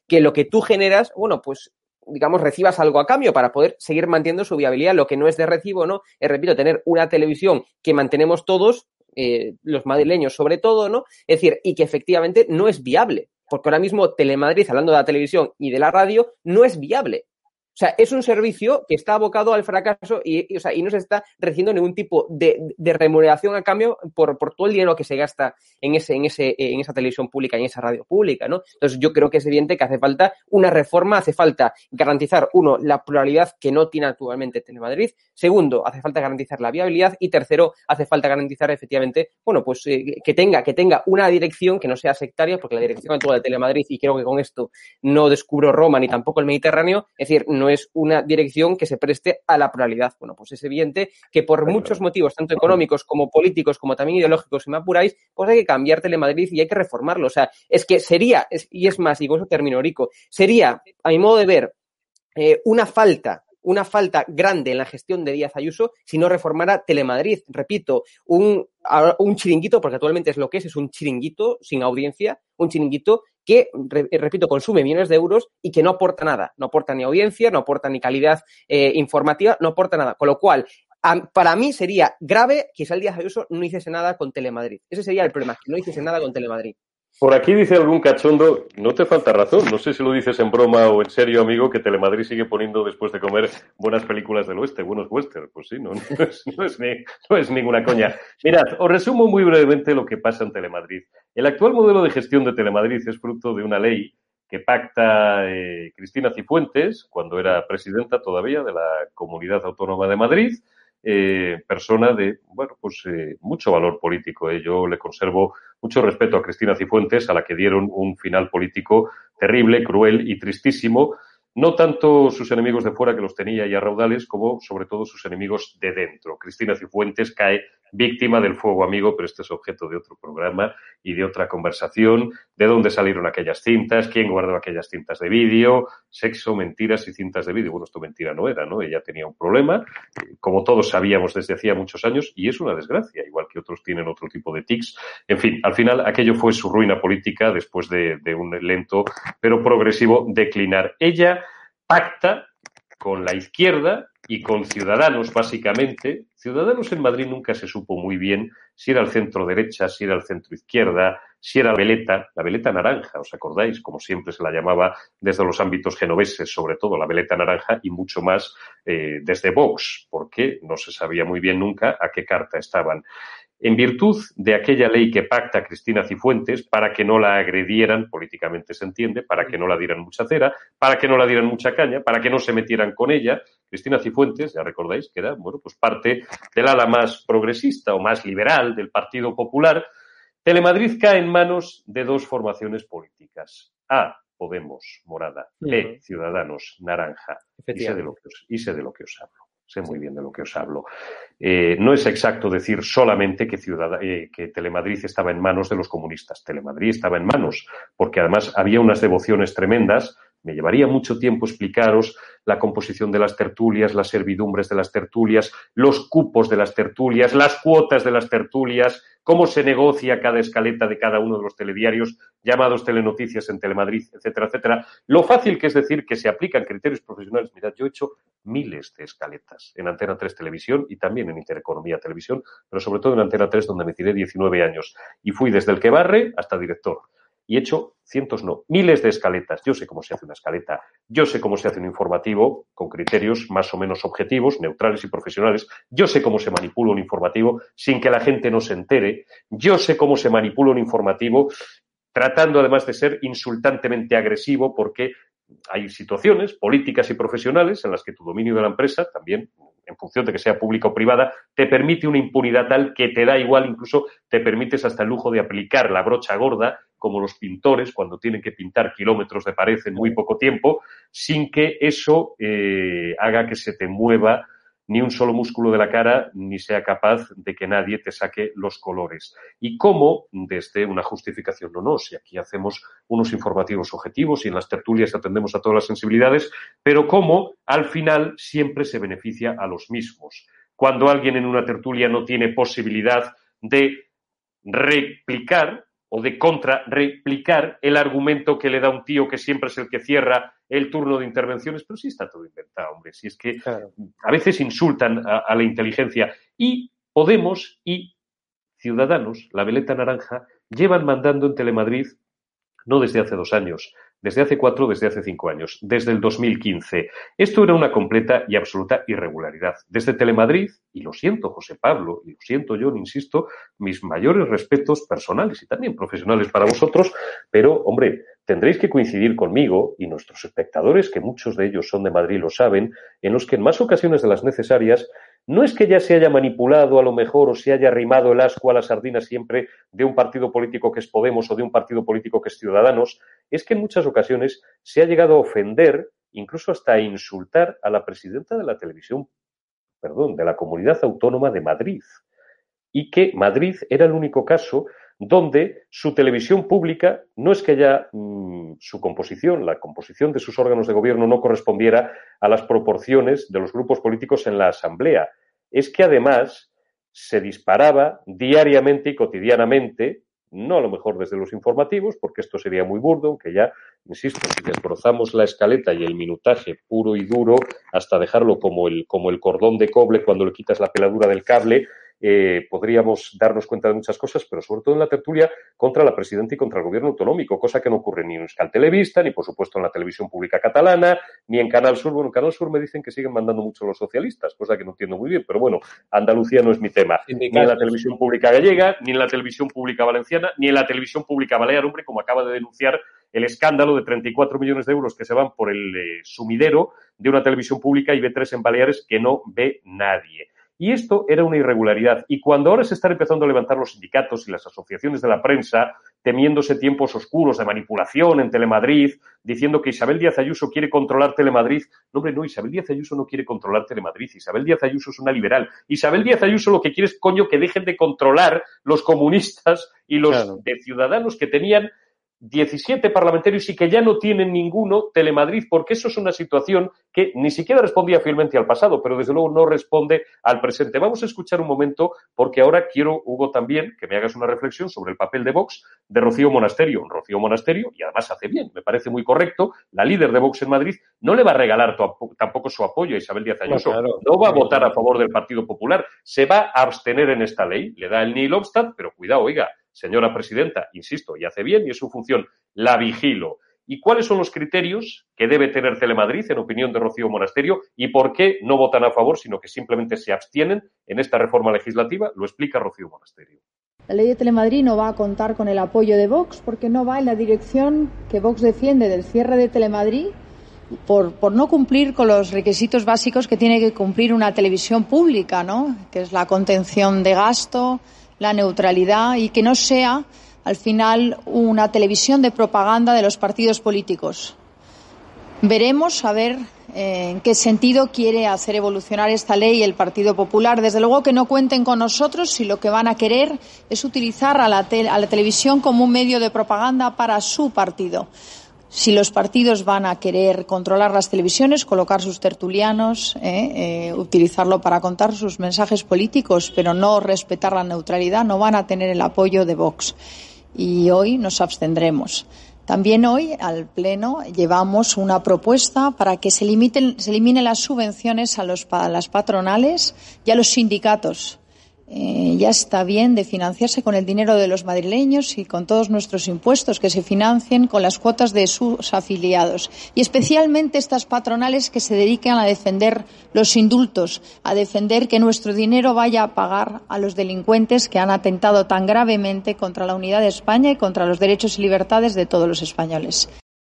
que lo que tú generas, bueno, pues digamos, recibas algo a cambio para poder seguir manteniendo su viabilidad. Lo que no es de recibo, ¿no? Es, repito, tener una televisión que mantenemos todos, eh, los madrileños sobre todo, ¿no? Es decir, y que efectivamente no es viable, porque ahora mismo Telemadrid, hablando de la televisión y de la radio, no es viable. O sea, es un servicio que está abocado al fracaso y, y, o sea, y no se está recibiendo ningún tipo de, de remuneración a cambio por, por todo el dinero que se gasta en ese, en ese, en esa televisión pública, en esa radio pública, ¿no? Entonces, yo creo que es evidente que hace falta una reforma, hace falta garantizar, uno, la pluralidad que no tiene actualmente Telemadrid, segundo, hace falta garantizar la viabilidad y tercero, hace falta garantizar efectivamente, bueno, pues eh, que tenga, que tenga una dirección que no sea sectaria, porque la dirección actual de Telemadrid, y creo que con esto no descubro Roma ni tampoco el Mediterráneo, es decir, no es una dirección que se preste a la pluralidad. Bueno, pues es evidente que por muchos motivos, tanto económicos como políticos, como también ideológicos, si me apuráis, pues hay que cambiar Telemadrid y hay que reformarlo. O sea, es que sería, es, y es más, y con eso termino, Rico, sería, a mi modo de ver, eh, una falta una falta grande en la gestión de Díaz Ayuso si no reformara Telemadrid. Repito, un, un chiringuito, porque actualmente es lo que es, es un chiringuito sin audiencia, un chiringuito que, re, repito, consume millones de euros y que no aporta nada. No aporta ni audiencia, no aporta ni calidad eh, informativa, no aporta nada. Con lo cual, a, para mí sería grave que Isabel Díaz Ayuso no hiciese nada con Telemadrid. Ese sería el problema, que no hiciese nada con Telemadrid. Por aquí dice algún cachondo, no te falta razón, no sé si lo dices en broma o en serio, amigo, que Telemadrid sigue poniendo después de comer buenas películas del oeste, buenos westerns. Pues sí, no, no, es, no, es, ni, no es ninguna coña. Mirad, os resumo muy brevemente lo que pasa en Telemadrid. El actual modelo de gestión de Telemadrid es fruto de una ley que pacta eh, Cristina Cifuentes, cuando era presidenta todavía de la Comunidad Autónoma de Madrid, Eh, persona de, bueno, pues eh, mucho valor político. Eh. Yo le conservo mucho respeto a Cristina Cifuentes, a la que dieron un final político terrible, cruel y tristísimo. No tanto sus enemigos de fuera, que los tenía ya raudales, como sobre todo sus enemigos de dentro. Cristina Cifuentes cae víctima del fuego amigo, pero este es objeto de otro programa y de otra conversación. ¿De dónde salieron aquellas cintas? ¿Quién guardó aquellas cintas de vídeo? Sexo, mentiras y cintas de vídeo. Bueno, esto mentira no era, ¿no? Ella tenía un problema, como todos sabíamos desde hacía muchos años, y es una desgracia, igual que otros tienen otro tipo de tics. En fin, al final aquello fue su ruina política después de, de un lento pero progresivo declinar. Ella pacta con la izquierda y con Ciudadanos, básicamente. Ciudadanos en Madrid nunca se supo muy bien si era el centro derecha, si era el centro izquierda, si era la veleta, la veleta naranja, ¿os acordáis? Como siempre se la llamaba desde los ámbitos genoveses, sobre todo la veleta naranja, y mucho más eh, desde Vox, porque no se sabía muy bien nunca a qué carta estaban. En virtud de aquella ley que pacta Cristina Cifuentes, para que no la agredieran, políticamente se entiende, para que no la dieran mucha cera, para que no la dieran mucha caña, para que no se metieran con ella, Cristina Cifuentes, ya recordáis que era, bueno, pues parte del ala más progresista o más liberal del Partido Popular. Telemadrid cae en manos de dos formaciones políticas. A, Podemos, morada. B, Ciudadanos, naranja. Y sé de lo que os, y sé de lo que os hablo. Sé muy bien de lo que os hablo. Eh, no es exacto decir solamente que, Ciudad, eh, que Telemadrid estaba en manos de los comunistas. Telemadrid estaba en manos, porque además había unas devociones tremendas. Me llevaría mucho tiempo explicaros la composición de las tertulias, las servidumbres de las tertulias, los cupos de las tertulias, las cuotas de las tertulias, cómo se negocia cada escaleta de cada uno de los telediarios llamados Telenoticias en Telemadrid, etcétera, etcétera. Lo fácil que es decir que se aplican criterios profesionales. Mirad, yo he hecho miles de escaletas en Antena tres Televisión y también en Intereconomía Televisión, pero sobre todo en Antena tres, donde me tiré diecinueve años. Y fui desde el que barre hasta director. Y he hecho cientos, no, miles de escaletas. Yo sé cómo se hace una escaleta, yo sé cómo se hace un informativo con criterios más o menos objetivos, neutrales y profesionales. Yo sé cómo se manipula un informativo sin que la gente no se entere. Yo sé cómo se manipula un informativo tratando además de ser insultantemente agresivo, porque hay situaciones políticas y profesionales en las que tu dominio de la empresa, también en función de que sea pública o privada, te permite una impunidad tal que te da igual, incluso te permites hasta el lujo de aplicar la brocha gorda, como los pintores cuando tienen que pintar kilómetros de pared en muy poco tiempo, sin que eso eh, haga que se te mueva ni un solo músculo de la cara, ni sea capaz de que nadie te saque los colores. Y cómo, desde una justificación, no, no, si aquí hacemos unos informativos objetivos y en las tertulias atendemos a todas las sensibilidades, pero cómo, al final, siempre se beneficia a los mismos. Cuando alguien en una tertulia no tiene posibilidad de replicar o de contrarreplicar el argumento que le da un tío que siempre es el que cierra el turno de intervenciones, pero sí está todo inventado, hombre. Si es que claro, a veces insultan a, a la inteligencia. Y Podemos y Ciudadanos, la veleta naranja, llevan mandando en Telemadrid no desde hace dos años, desde hace cuatro, desde hace cinco años, desde el dos mil quince. Esto era una completa y absoluta irregularidad. Desde Telemadrid, y lo siento, José Pablo, y lo siento yo, insisto, mis mayores respetos personales y también profesionales para vosotros, pero, hombre, tendréis que coincidir conmigo y nuestros espectadores, que muchos de ellos son de Madrid, lo saben, en los que en más ocasiones de las necesarias no es que ya se haya manipulado a lo mejor o se haya arrimado el ascua a la sardina siempre de un partido político que es Podemos o de un partido político que es Ciudadanos, es que en muchas ocasiones se ha llegado a ofender, incluso hasta a insultar a la presidenta de la televisión, perdón, de la Comunidad Autónoma de Madrid. Y que Madrid era el único caso donde su televisión pública no es que ya mmm, su composición, la composición de sus órganos de gobierno no correspondiera a las proporciones de los grupos políticos en la Asamblea. Es que además se disparaba diariamente y cotidianamente, no a lo mejor desde los informativos, porque esto sería muy burdo, aunque ya, insisto, si desbrozamos la escaleta y el minutaje puro y duro hasta dejarlo como el, como el cordón de cobre cuando le quitas la peladura del cable, Eh, podríamos darnos cuenta de muchas cosas, pero sobre todo en la tertulia contra la presidenta y contra el gobierno autonómico, cosa que no ocurre ni en Euskal Telebista, ni por supuesto en la televisión pública catalana, ni en Canal Sur. Bueno, en Canal Sur me dicen que siguen mandando mucho los socialistas, cosa que no entiendo muy bien, pero bueno, Andalucía no es mi tema. Ni en la televisión pública gallega, ni en la televisión pública valenciana, ni en la televisión pública balear, hombre, como acaba de denunciar el escándalo de treinta y cuatro millones de euros que se van por el eh, sumidero de una televisión pública I B tres en Baleares que no ve nadie. Y esto era una irregularidad. Y cuando ahora se están empezando a levantar los sindicatos y las asociaciones de la prensa, temiéndose tiempos oscuros de manipulación en Telemadrid, diciendo que Isabel Díaz Ayuso quiere controlar Telemadrid. No, hombre, no, Isabel Díaz Ayuso no quiere controlar Telemadrid. Isabel Díaz Ayuso es una liberal. Isabel Díaz Ayuso lo que quiere es, coño, que dejen de controlar los comunistas y los claro. de Ciudadanos que tenían diecisiete parlamentarios y que ya no tienen ninguno Telemadrid, porque eso es una situación que ni siquiera respondía fielmente al pasado, pero desde luego no responde al presente. Vamos a escuchar un momento, porque ahora quiero, Hugo, también que me hagas una reflexión sobre el papel de Vox de Rocío Monasterio. Rocío Monasterio, y además hace bien, me parece muy correcto, la líder de Vox en Madrid no le va a regalar tampoco su apoyo a Isabel Díaz Ayuso, no, claro, no va a votar a favor del Partido Popular, se va a abstener en esta ley, le da el nihil obstat, pero cuidado, oiga, señora presidenta, insisto, y hace bien y es su función, la vigilo. ¿Y cuáles son los criterios que debe tener Telemadrid, en opinión de Rocío Monasterio, y por qué no votan a favor, sino que simplemente se abstienen en esta reforma legislativa? Lo explica Rocío Monasterio. La ley de Telemadrid no va a contar con el apoyo de Vox porque no va en la dirección que Vox defiende del cierre de Telemadrid por, por no cumplir con los requisitos básicos que tiene que cumplir una televisión pública, ¿no? Que es la contención de gasto, la neutralidad y que no sea, al final, una televisión de propaganda de los partidos políticos. Veremos a ver eh, en qué sentido quiere hacer evolucionar esta ley el Partido Popular. Desde luego que no cuenten con nosotros si lo que van a querer es utilizar a la, te- a la televisión como un medio de propaganda para su partido. Si los partidos van a querer controlar las televisiones, colocar sus tertulianos, eh, eh, utilizarlo para contar sus mensajes políticos, pero no respetar la neutralidad, no van a tener el apoyo de Vox. Y hoy nos abstendremos. También hoy, al Pleno, llevamos una propuesta para que se limiten, se eliminen las subvenciones a, los, a las patronales y a los sindicatos. Eh, ya está bien de financiarse con el dinero de los madrileños y con todos nuestros impuestos, que se financien con las cuotas de sus afiliados. Y especialmente estas patronales que se dedican a defender los indultos, a defender que nuestro dinero vaya a pagar a los delincuentes que han atentado tan gravemente contra la unidad de España y contra los derechos y libertades de todos los españoles.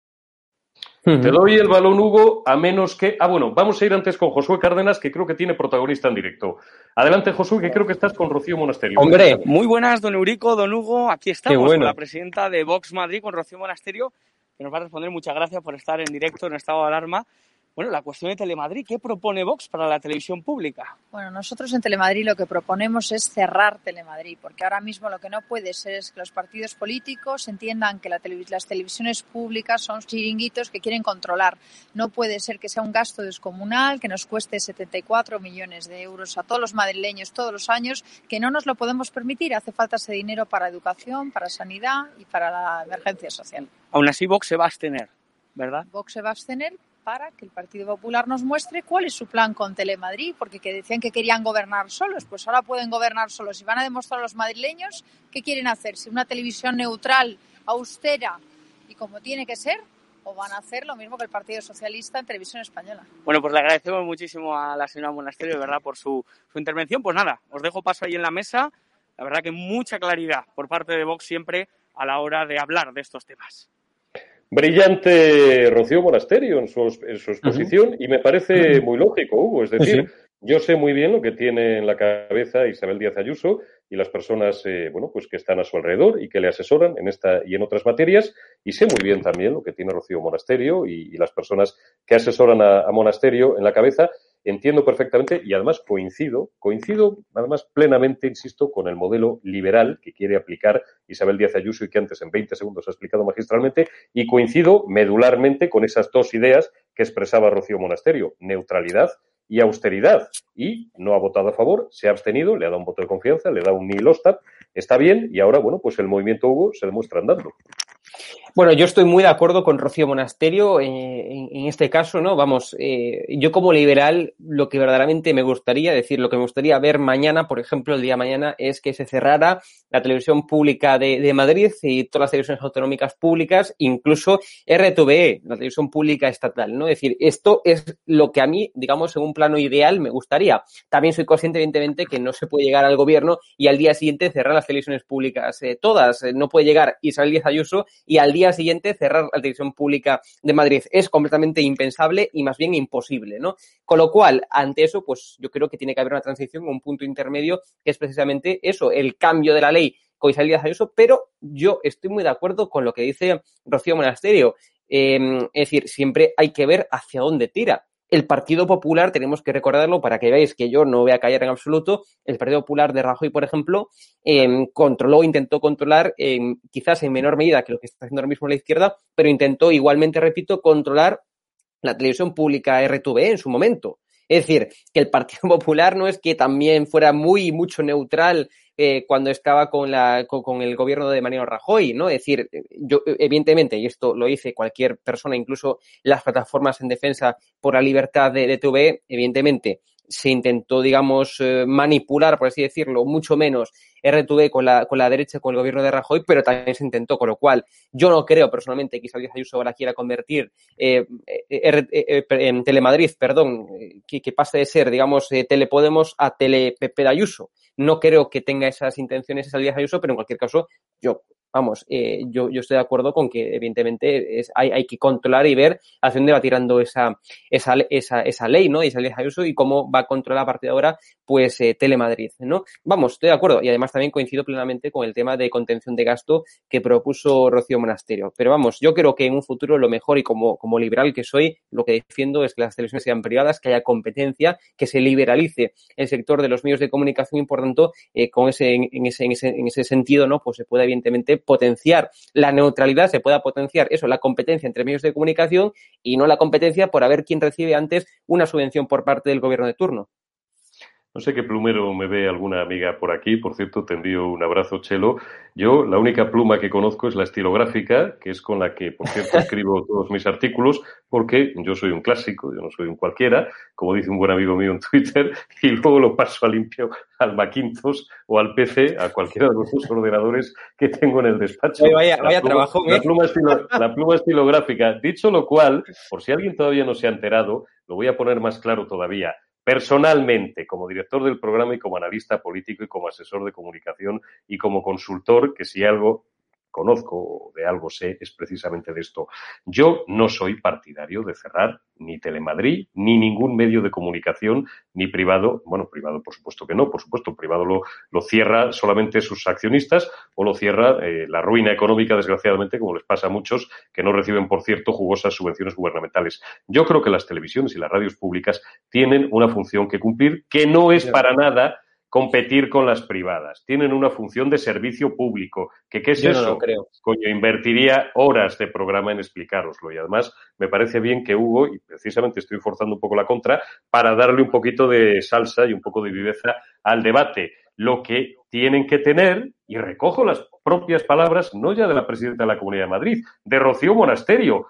Te doy el balón, Hugo, a menos que... Ah, bueno, vamos a ir antes con Josué Cárdenas, que creo que tiene protagonista en directo. Adelante, Josué, que creo que estás con Rocío Monasterio. Hombre, muy buenas, don Eurico, don Hugo. Aquí estamos bueno. con la presidenta de Vox Madrid, con Rocío Monasterio, que nos va a responder. Muchas gracias por estar en directo en estado de alarma. Bueno, la cuestión de Telemadrid, ¿qué propone Vox para la televisión pública? Bueno, nosotros en Telemadrid lo que proponemos es cerrar Telemadrid, porque ahora mismo lo que no puede ser es que los partidos políticos entiendan que la televis- las televisiones públicas son chiringuitos que quieren controlar. No puede ser que sea un gasto descomunal, que nos cueste setenta y cuatro millones de euros a todos los madrileños todos los años, que no nos lo podemos permitir. Hace falta ese dinero para educación, para sanidad y para la emergencia social. Aún así, Vox se va a abstener, ¿verdad? Vox se va a abstener para que el Partido Popular nos muestre cuál es su plan con Telemadrid, porque que decían que querían gobernar solos, pues ahora pueden gobernar solos y van a demostrar a los madrileños qué quieren hacer, si una televisión neutral, austera y como tiene que ser, o van a hacer lo mismo que el Partido Socialista en Televisión Española. Bueno, pues le agradecemos muchísimo a la señora Monasterio, de verdad, por su, su intervención. Pues nada, os dejo paso ahí en la mesa. La verdad que mucha claridad por parte de Vox siempre a la hora de hablar de estos temas. Brillante Rocío Monasterio en su, en su exposición, uh-huh. y me parece uh-huh. muy lógico, Hugo. Es decir, sí. yo sé muy bien lo que tiene en la cabeza Isabel Díaz Ayuso y las personas eh, bueno, pues que están a su alrededor y que le asesoran en esta y en otras materias, y sé muy bien también lo que tiene Rocío Monasterio y, y las personas que asesoran a, a Monasterio en la cabeza. Entiendo perfectamente y además coincido, coincido además plenamente, insisto, con el modelo liberal que quiere aplicar Isabel Díaz Ayuso y que antes en veinte segundos ha explicado magistralmente, y coincido medularmente con esas dos ideas que expresaba Rocío Monasterio, neutralidad y austeridad, y no ha votado a favor, se ha abstenido, le ha dado un voto de confianza, le da un nihil obstat, está bien, y ahora, bueno, pues el movimiento Hugo se demuestra andando. Bueno, yo estoy muy de acuerdo con Rocío Monasterio eh, en, en este caso, ¿no? Vamos, eh, yo como liberal, lo que verdaderamente me gustaría, decir, lo que me gustaría ver mañana, por ejemplo, el día de mañana, es que se cerrara la televisión pública de, de Madrid y todas las televisiones autonómicas públicas, incluso R T V E, la televisión pública estatal, ¿no? Es decir, esto es lo que a mí, digamos, en un plano ideal me gustaría. También soy consciente, evidentemente, que no se puede llegar al gobierno y al día siguiente cerrar las televisiones públicas eh, todas. No puede llegar Isabel Díaz Ayuso y al día siguiente cerrar la televisión pública de Madrid. Es completamente impensable y más bien imposible, ¿no? Con lo cual, ante eso, pues yo creo que tiene que haber una transición, un punto intermedio, que es precisamente eso, el cambio de la ley con Isabel Díaz Ayuso, pero yo estoy muy de acuerdo con lo que dice Rocío Monasterio. Eh, es decir, siempre hay que ver hacia dónde tira. El Partido Popular, tenemos que recordarlo para que veáis que yo no voy a callar en absoluto, el Partido Popular de Rajoy, por ejemplo, eh, controló, intentó controlar, eh, quizás en menor medida que lo que está haciendo ahora mismo la izquierda, pero intentó igualmente, repito, controlar la televisión pública R T V E en su momento. Es decir, que el Partido Popular no es que también fuera muy, mucho neutral eh, cuando estaba con, la, con, con el gobierno de Mariano Rajoy, ¿no? Es decir, yo, evidentemente, y esto lo dice cualquier persona, incluso las plataformas en defensa por la libertad de, de T V E, evidentemente, se intentó, digamos, eh, manipular, por así decirlo, mucho menos R T V E con la, con la derecha, con el gobierno de Rajoy, pero también se intentó, con lo cual yo no creo personalmente que Isabel Díaz Ayuso ahora quiera convertir eh, eh, eh, en Telemadrid, perdón, eh, que, que pase de ser, digamos, eh, Telepodemos a Telepepe de Ayuso. No creo que tenga esas intenciones Isabel Díaz Ayuso, pero en cualquier caso, yo... Vamos, eh, yo, yo estoy de acuerdo con que evidentemente es, hay, hay que controlar y ver hacia dónde va tirando esa, esa, esa, esa ley, ¿no? De Isabel Díaz Ayuso y cómo va a controlar a partir de ahora, pues, eh, Telemadrid, ¿no? Vamos, estoy de acuerdo y además también coincido plenamente con el tema de contención de gasto que propuso Rocío Monasterio. Pero vamos, yo creo que en un futuro lo mejor y como, como liberal que soy, lo que defiendo es que las televisiones sean privadas, que haya competencia, que se liberalice el sector de los medios de comunicación y por tanto, eh, con ese, en ese, en ese, en ese sentido, ¿no? Pues se puede evidentemente potenciar la neutralidad, se pueda potenciar eso, la competencia entre medios de comunicación y no la competencia por a ver quién recibe antes una subvención por parte del gobierno de turno. No sé qué plumero me ve alguna amiga por aquí. Por cierto, te envío un abrazo, Chelo. Yo, la única pluma que conozco es la estilográfica, que es con la que, por cierto, escribo todos mis artículos, porque yo soy un clásico, yo no soy un cualquiera, como dice un buen amigo mío en Twitter, y luego lo paso a limpio al Macintosh o al P C, a cualquiera de los dos ordenadores que tengo en el despacho. Oye, vaya, vaya la pluma, trabajo, ¿eh? La pluma, estilo, la pluma estilográfica. Dicho lo cual, por si alguien todavía no se ha enterado, lo voy a poner más claro todavía. Personalmente, como director del programa y como analista político y como asesor de comunicación y como consultor, que si algo conozco, de algo sé, es precisamente de esto. Yo no soy partidario de cerrar ni Telemadrid, ni ningún medio de comunicación, ni privado. Bueno, privado por supuesto que no, por supuesto, privado lo, lo cierra solamente sus accionistas o lo cierra eh, la ruina económica, desgraciadamente, como les pasa a muchos que no reciben, por cierto, jugosas subvenciones gubernamentales. Yo creo que las televisiones y las radios públicas tienen una función que cumplir, que no es para nada competir con las privadas. Tienen una función de servicio público. ¿Que qué es Yo eso? no lo creo. Coño, invertiría horas de programa en explicároslo. Y además me parece bien que Hugo, y precisamente estoy forzando un poco la contra, para darle un poquito de salsa y un poco de viveza al debate. Lo que tienen que tener, y recojo las propias palabras, no ya de la presidenta de la Comunidad de Madrid, de Rocío Monasterio,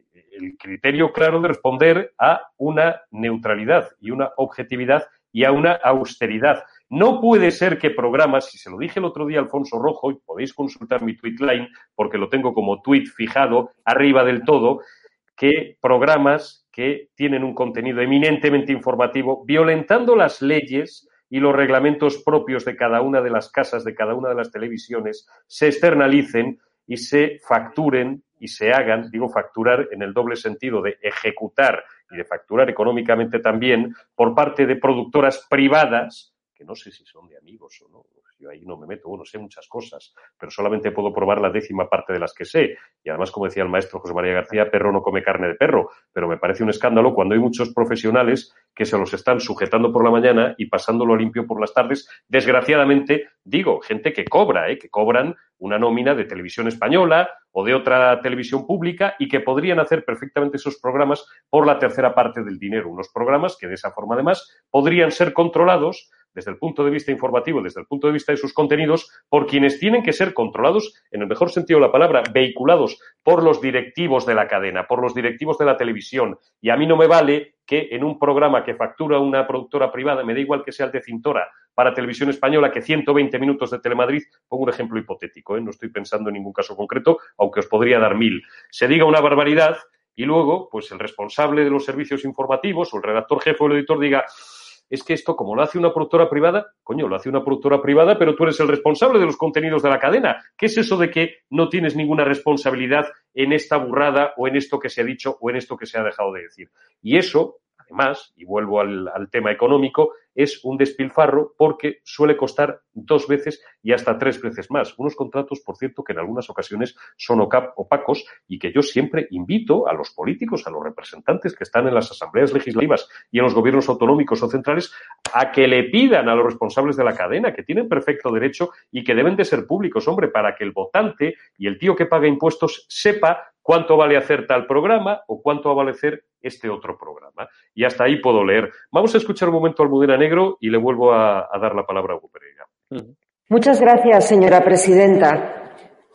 el criterio claro de responder a una neutralidad y una objetividad y a una austeridad. No puede ser que programas, y se lo dije el otro día a Alfonso Rojo, y podéis consultar mi tweet line, porque lo tengo como tweet fijado arriba del todo, que programas que tienen un contenido eminentemente informativo, violentando las leyes y los reglamentos propios de cada una de las casas, de cada una de las televisiones, se externalicen y se facturen y se hagan, digo facturar en el doble sentido de ejecutar y de facturar económicamente también, por parte de productoras privadas, que no sé si son de amigos o no, yo ahí no me meto, bueno, sé muchas cosas, pero solamente puedo probar la décima parte de las que sé. Y además, como decía el maestro José María García, perro no come carne de perro, pero me parece un escándalo cuando hay muchos profesionales que se los están sujetando por la mañana y pasándolo limpio por las tardes. Desgraciadamente, digo, gente que cobra, ¿eh? que cobran una nómina de Televisión Española o de otra televisión pública y que podrían hacer perfectamente esos programas por la tercera parte del dinero. Unos programas que de esa forma, además, podrían ser controlados desde el punto de vista informativo, desde el punto de vista de sus contenidos, por quienes tienen que ser controlados, en el mejor sentido de la palabra, vehiculados por los directivos de la cadena, por los directivos de la televisión. Y a mí no me vale que en un programa que factura una productora privada, me da igual que sea el de Cintora, para Televisión Española, que ciento veinte minutos de Telemadrid, pongo un ejemplo hipotético, ¿eh? No estoy pensando en ningún caso concreto, aunque os podría dar mil. Se diga una barbaridad y luego, pues el responsable de los servicios informativos o el redactor jefe o el editor diga: es que esto, como lo hace una productora privada, coño, lo hace una productora privada, pero tú eres el responsable de los contenidos de la cadena. ¿Qué es eso de que no tienes ninguna responsabilidad en esta burrada o en esto que se ha dicho o en esto que se ha dejado de decir? Y eso, además, y vuelvo al, al tema económico, es un despilfarro porque suele costar dos veces y hasta tres veces más. Unos contratos, por cierto, que en algunas ocasiones son opacos y que yo siempre invito a los políticos, a los representantes que están en las asambleas legislativas y en los gobiernos autonómicos o centrales, a que le pidan a los responsables de la cadena, que tienen perfecto derecho y que deben de ser públicos, hombre, para que el votante y el tío que paga impuestos sepa cuánto vale hacer tal programa o cuánto va a valer este otro programa. Y hasta ahí puedo leer. Vamos a escuchar un momento a Almudena Negro y le vuelvo a, a dar la palabra a Hugo Pereira. Muchas gracias, señora presidenta.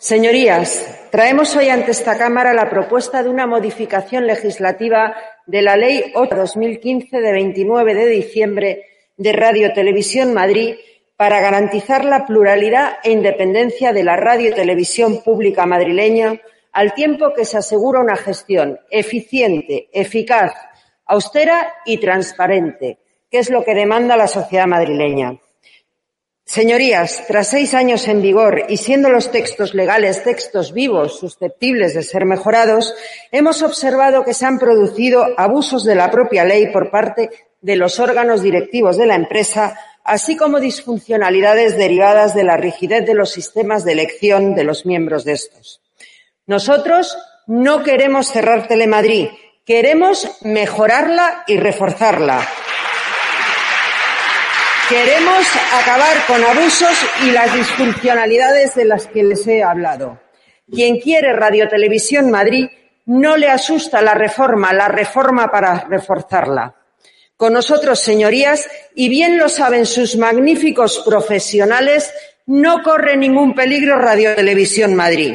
Señorías, traemos hoy ante esta Cámara la propuesta de una modificación legislativa de la Ley ocho barra dos mil quince de veintinueve de diciembre de Radio Televisión Madrid para garantizar la pluralidad e independencia de la radio y televisión pública madrileña, al tiempo que se asegura una gestión eficiente, eficaz, austera y transparente, que es lo que demanda la sociedad madrileña. Señorías, tras seis años en vigor y siendo los textos legales textos vivos susceptibles de ser mejorados, hemos observado que se han producido abusos de la propia ley por parte de los órganos directivos de la empresa, así como disfuncionalidades derivadas de la rigidez de los sistemas de elección de los miembros de estos. Nosotros no queremos cerrar Telemadrid, queremos mejorarla y reforzarla. Queremos acabar con abusos y las disfuncionalidades de las que les he hablado. Quien quiere Radio Televisión Madrid no le asusta la reforma, la reforma para reforzarla. Con nosotros, señorías, y bien lo saben sus magníficos profesionales, no corre ningún peligro Radio Televisión Madrid.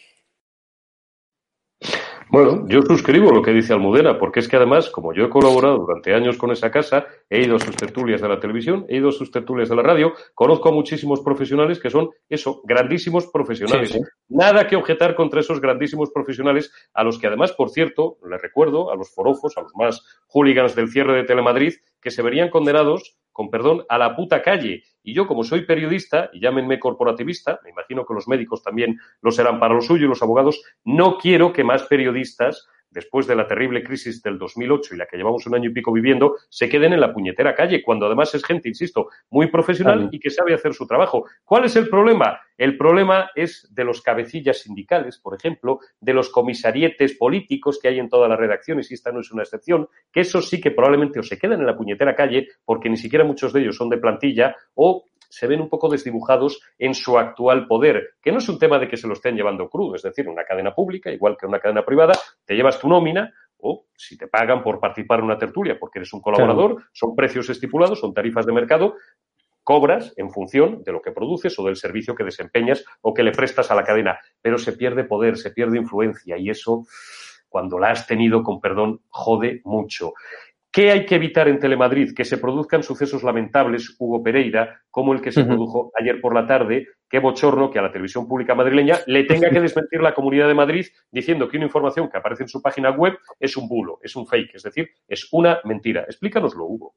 Bueno, yo suscribo lo que dice Almudena, porque es que además, como yo he colaborado durante años con esa casa, he ido a sus tertulias de la televisión, he ido a sus tertulias de la radio, conozco a muchísimos profesionales que son, eso, grandísimos profesionales. Sí, sí. Nada que objetar contra esos grandísimos profesionales, a los que además, por cierto, les recuerdo, a los forofos, a los más hooligans del cierre de Telemadrid, que se verían condenados con perdón, a la puta calle. Y yo, como soy periodista, y llámenme corporativista, me imagino que los médicos también lo serán para lo suyo y los abogados, no quiero que más periodistas, después de la terrible crisis del dos mil ocho y la que llevamos un año y pico viviendo, se queden en la puñetera calle, cuando además es gente, insisto, muy profesional Amén. Y que sabe hacer su trabajo. ¿Cuál es el problema? El problema es de los cabecillas sindicales, por ejemplo, de los comisarietes políticos que hay en todas las redacciones, y esta no es una excepción, que esos sí que probablemente o se quedan en la puñetera calle porque ni siquiera muchos de ellos son de plantilla o se ven un poco desdibujados en su actual poder, que no es un tema de que se lo estén llevando crudo, es decir, una cadena pública, igual que una cadena privada, te llevas tu nómina o si te pagan por participar en una tertulia porque eres un colaborador, claro. Son precios estipulados, son tarifas de mercado, cobras en función de lo que produces o del servicio que desempeñas o que le prestas a la cadena, pero se pierde poder, se pierde influencia y eso, cuando la has tenido, con perdón, jode mucho. ¿Qué hay que evitar en Telemadrid? Que se produzcan sucesos lamentables, Hugo Pereira, como el que se uh-huh. produjo ayer por la tarde. Qué bochorno que a la televisión pública madrileña le tenga que desmentir la Comunidad de Madrid diciendo que una información que aparece en su página web es un bulo, es un fake, es decir, es una mentira. Explícanoslo, Hugo.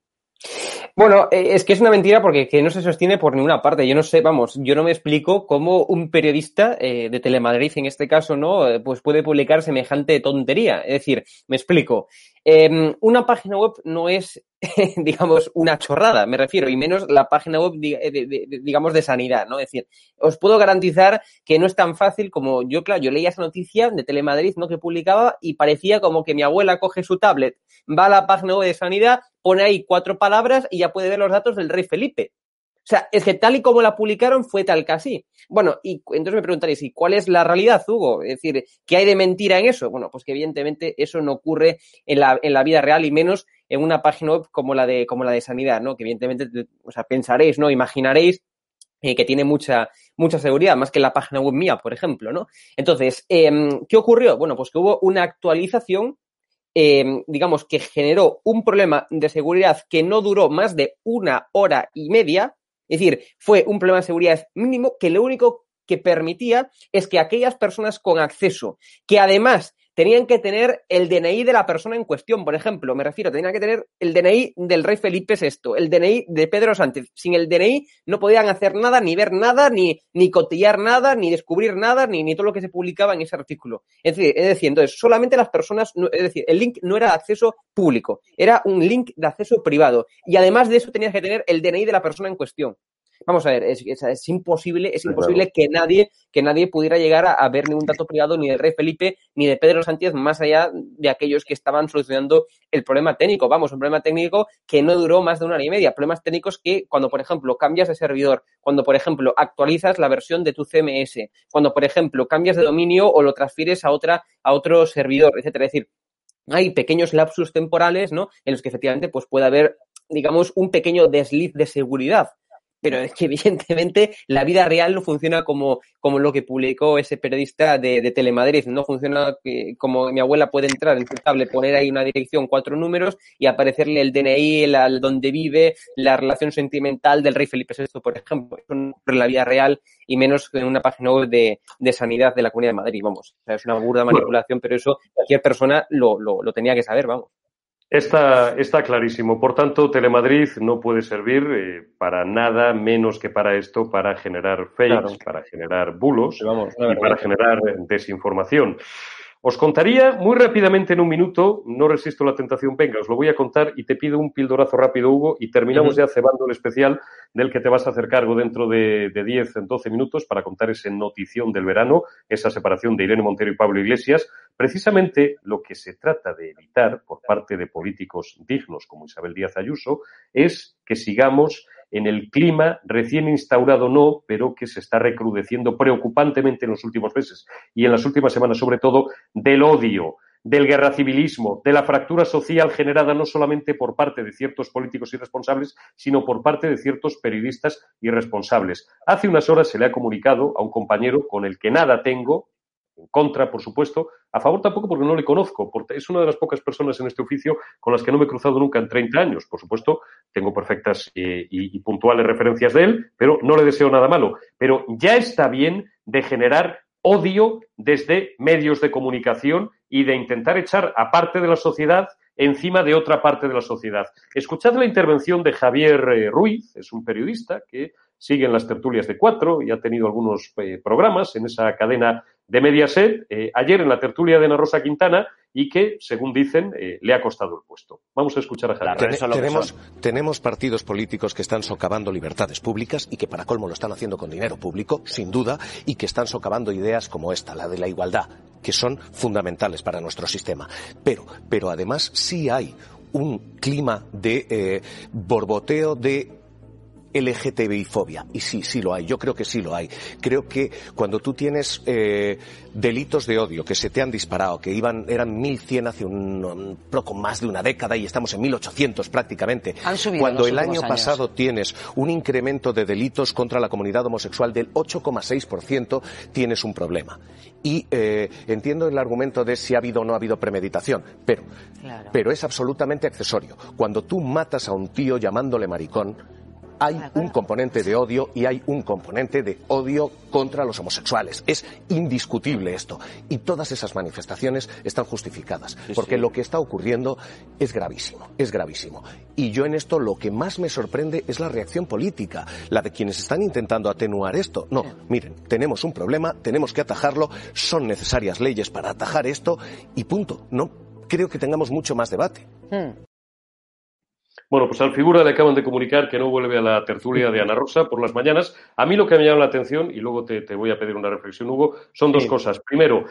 Bueno, es que es una mentira porque que no se sostiene por ninguna parte. Yo no sé, vamos, yo no me explico cómo un periodista eh, de Telemadrid, en este caso, ¿no? Pues puede publicar semejante tontería. Es decir, me explico. Eh, una página web no es, digamos, una chorrada, me refiero, y menos la página web, de, de, de, digamos, de sanidad, ¿no? Es decir, os puedo garantizar que no es tan fácil como yo, claro, yo leía esa noticia de Telemadrid, ¿no? Que publicaba y parecía como que mi abuela coge su tablet, va a la página web de sanidad, pone ahí cuatro palabras y ya puede ver los datos del rey Felipe. O sea, es que tal y como la publicaron fue tal que así. Bueno, y entonces me preguntaréis, ¿y cuál es la realidad, Hugo? Es decir, ¿qué hay de mentira en eso? Bueno, pues que evidentemente eso no ocurre en la, en la vida real y menos en una página web como la de, como la de sanidad, ¿no? Que evidentemente, o sea, pensaréis, ¿no? Imaginaréis eh, que tiene mucha, mucha seguridad, más que la página web mía, por ejemplo, ¿no? Entonces, eh, ¿qué ocurrió? Bueno, pues que hubo una actualización Eh, digamos, que generó un problema de seguridad que no duró más de una hora y media. Es decir, fue un problema de seguridad mínimo que lo único que permitía es que aquellas personas con acceso, que además tenían que tener el D N I de la persona en cuestión, por ejemplo, me refiero, tenían que tener el D N I del rey Felipe sexto, el D N I de Pedro Sánchez. Sin el D N I no podían hacer nada, ni ver nada, ni, ni cotillar nada, ni descubrir nada, ni, ni todo lo que se publicaba en ese artículo. Es decir, es decir, entonces, solamente las personas, es decir, el link no era de acceso público, era un link de acceso privado. Y además de eso tenías que tener el D N I de la persona en cuestión. Vamos a ver, es, es, es imposible, es imposible que nadie, que nadie pudiera llegar a, a ver ningún dato privado ni del rey Felipe ni de Pedro Sánchez, más allá de aquellos que estaban solucionando el problema técnico. Vamos, un problema técnico que no duró más de una hora y media. Problemas técnicos que cuando, por ejemplo, cambias de servidor, cuando, por ejemplo, actualizas la versión de tu C M S, cuando, por ejemplo, cambias de dominio o lo transfieres a otra, a otro servidor, etcétera. Es decir, hay pequeños lapsus temporales, ¿no? En los que efectivamente pues puede haber, digamos, un pequeño desliz de seguridad. Pero es que evidentemente la vida real no funciona como, como lo que publicó ese periodista de, de Telemadrid. No funciona que, como mi abuela puede entrar en su tablet, poner ahí una dirección, cuatro números y aparecerle el D N I, el, el donde vive, la relación sentimental del rey Felipe sexto, por ejemplo. Eso no ocurre en la vida real y menos en una página web de, de sanidad de la Comunidad de Madrid, vamos. O sea, es una burda manipulación, pero eso cualquier persona lo, lo, lo tenía que saber, vamos. Está, está clarísimo. Por tanto, Telemadrid no puede servir eh, para nada menos que para esto, para generar fakes, claro. Para generar bulos vamos, y para generar desinformación. Os contaría muy rápidamente en un minuto, no resisto la tentación, venga, os lo voy a contar y te pido un pildorazo rápido, Hugo, y terminamos uh-huh. ya cebando el especial del que te vas a hacer cargo dentro de, de diez, doce minutos para contar ese notición del verano, esa separación de Irene Montero y Pablo Iglesias. Precisamente lo que se trata de evitar por parte de políticos dignos como Isabel Díaz Ayuso es que sigamos en el clima recién instaurado, no, pero que se está recrudeciendo preocupantemente en los últimos meses y en las últimas semanas, sobre todo, del odio, del guerracivilismo, de la fractura social generada no solamente por parte de ciertos políticos irresponsables, sino por parte de ciertos periodistas irresponsables. Hace unas horas se le ha comunicado a un compañero con el que nada tengo, en contra, por supuesto, a favor tampoco porque no le conozco, porque es una de las pocas personas en este oficio con las que no me he cruzado nunca en treinta años. Por supuesto, tengo perfectas eh, y, y puntuales referencias de él, pero no le deseo nada malo. Pero ya está bien de generar odio desde medios de comunicación y de intentar echar a parte de la sociedad encima de otra parte de la sociedad. Escuchad la intervención de Javier eh, Ruiz, es un periodista que sigue en las tertulias de Cuatro y ha tenido algunos eh, programas en esa cadena de Mediaset, eh, ayer en la tertulia de Ana Rosa Quintana, y que, según dicen, eh, le ha costado el puesto. Vamos a escuchar a Javier. Ten, tenemos, tenemos partidos políticos que están socavando libertades públicas y que para colmo lo están haciendo con dinero público, sin duda, y que están socavando ideas como esta, la de la igualdad, que son fundamentales para nuestro sistema. Pero, pero además sí hay un clima de eh, borboteo de L G T B I fobia. Y sí, sí lo hay. Yo creo que sí lo hay. Creo que cuando tú tienes eh, delitos de odio que se te han disparado, que iban eran mil cien hace un, un poco más de una década y estamos en mil ochocientos prácticamente. Han subido Cuando el año años. pasado tienes un incremento de delitos contra la comunidad homosexual del ocho coma seis por ciento, tienes un problema. Y eh, entiendo el argumento de si ha habido o no ha habido premeditación, pero, claro. pero es absolutamente accesorio. Cuando tú matas a un tío llamándole maricón, hay un componente de odio y hay un componente de odio contra los homosexuales. Es indiscutible esto. Y todas esas manifestaciones están justificadas. Sí, porque sí. lo que está ocurriendo es gravísimo. Es gravísimo. Y yo en esto lo que más me sorprende es la reacción política. La de quienes están intentando atenuar esto. No, miren, tenemos un problema, tenemos que atajarlo, son necesarias leyes para atajar esto y punto. No creo que tengamos mucho más debate. Hmm. Bueno, pues al figura le acaban de comunicar que no vuelve a la tertulia de Ana Rosa por las mañanas. A mí lo que me llama la atención, y luego te, te voy a pedir una reflexión, Hugo, son dos sí. cosas. Primero,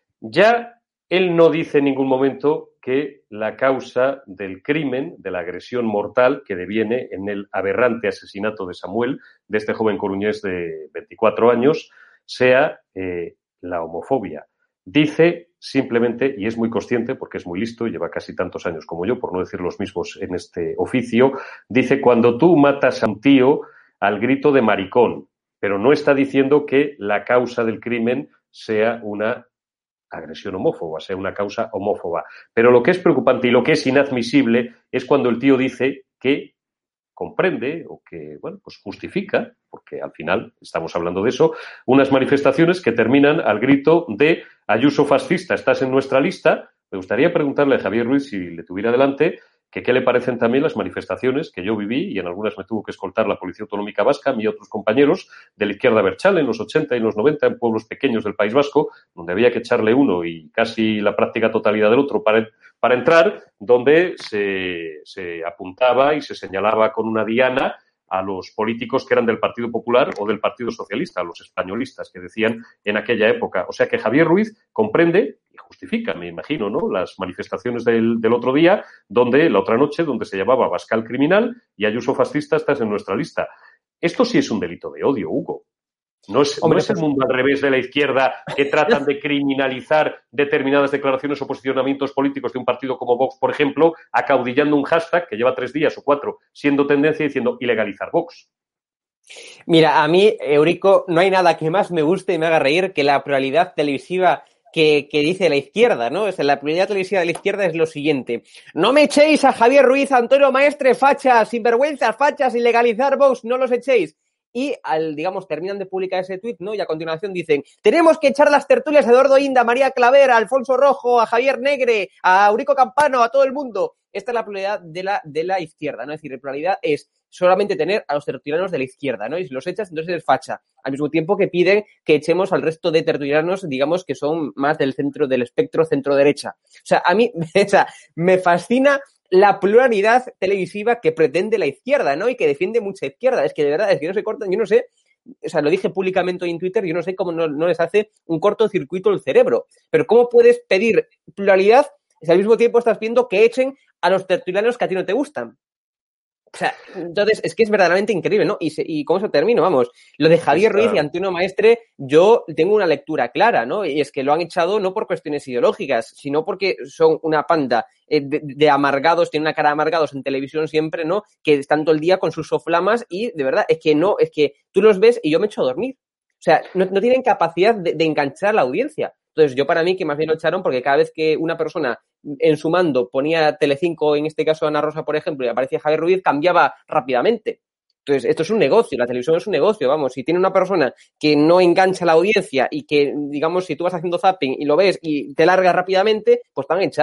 ya él no dice en ningún momento que la causa del crimen, de la agresión mortal que deviene en el aberrante asesinato de Samuel, de este joven coruñés de veinticuatro años, sea eh, la homofobia. Dice simplemente, y es muy consciente porque es muy listo y lleva casi tantos años como yo, por no decir los mismos en este oficio, dice cuando tú matas a un tío al grito de maricón, pero no está diciendo que la causa del crimen sea una agresión homófoba, sea una causa homófoba. Pero lo que es preocupante y lo que es inadmisible es cuando el tío dice que comprende o que, bueno, pues justifica, porque al final estamos hablando de eso, unas manifestaciones que terminan al grito de Ayuso fascista, estás en nuestra lista. Me gustaría preguntarle a Javier Ruiz, si le tuviera delante, que qué le parecen también las manifestaciones que yo viví, y en algunas me tuvo que escoltar la Policía Autonómica Vasca, a mí y otros compañeros de la izquierda abertzale en los ochenta y en los noventa en pueblos pequeños del País Vasco, donde había que echarle uno y casi la práctica totalidad del otro para, para entrar, donde se, se apuntaba y se señalaba con una diana a los políticos que eran del Partido Popular o del Partido Socialista, a los españolistas que decían en aquella época. O sea que Javier Ruiz comprende y justifica, me imagino, ¿no?, las manifestaciones del, del otro día, donde la otra noche, donde se llamaba Abascal criminal y Ayuso fascista, estás en nuestra lista. Esto sí es un delito de odio, Hugo. No es, Hombre, no es el mundo al revés de la izquierda que tratan de criminalizar determinadas declaraciones o posicionamientos políticos de un partido como Vox, por ejemplo, acaudillando un hashtag que lleva tres días o cuatro siendo tendencia diciendo ilegalizar Vox. Mira, a mí, Eurico, no hay nada que más me guste y me haga reír que la pluralidad televisiva que, que dice la izquierda, ¿no? O sea, la pluralidad televisiva de la izquierda es lo siguiente. No me echéis a Javier Ruiz, Antonio Maestre, fachas, sinvergüenzas, fachas, ilegalizar Vox, no los echéis. Y, al digamos, terminan de publicar ese tuit, ¿no? Y a continuación dicen, tenemos que echar las tertulias a Eduardo Inda, a María Claver, a Alfonso Rojo, a Javier Negre, a Eurico Campano, a todo el mundo. Esta es la pluralidad de la, de la izquierda, ¿no? Es decir, la pluralidad es solamente tener a los tertulianos de la izquierda, ¿no? Y si los echas, entonces eres facha. Al mismo tiempo que piden que echemos al resto de tertulianos, digamos, que son más del centro del espectro centro-derecha. O sea, a mí, o sea, me fascina la pluralidad televisiva que pretende la izquierda, ¿no? Y que defiende mucha izquierda. Es que de verdad, es que no se cortan, yo no sé, o sea, lo dije públicamente hoy en Twitter, yo no sé cómo no, no les hace un cortocircuito el cerebro. Pero ¿cómo puedes pedir pluralidad si al mismo tiempo estás viendo que echen a los tertulianos que a ti no te gustan? O sea, entonces, es que es verdaderamente increíble, ¿no? Y, se, y ¿cómo se termina? Vamos, lo de Javier Ruiz y Antonio Maestre, yo tengo una lectura clara, ¿no? Y es que lo han echado no por cuestiones ideológicas, sino porque son una panda de, de amargados, tienen una cara de amargados en televisión siempre, ¿no? Que están todo el día con sus soflamas y, de verdad, es que no, es que tú los ves y yo me echo a dormir. O sea, no, no tienen capacidad de, de enganchar a la audiencia. Entonces, yo para mí que más bien lo echaron porque cada vez que una persona en su mando ponía Telecinco, en este caso Ana Rosa, por ejemplo, y aparecía Javier Ruiz, cambiaba rápidamente. Entonces, esto es un negocio, la televisión es un negocio, vamos. Si tiene una persona que no engancha a la audiencia y que, digamos, si tú vas haciendo zapping y lo ves y te largas rápidamente, pues te van a echar.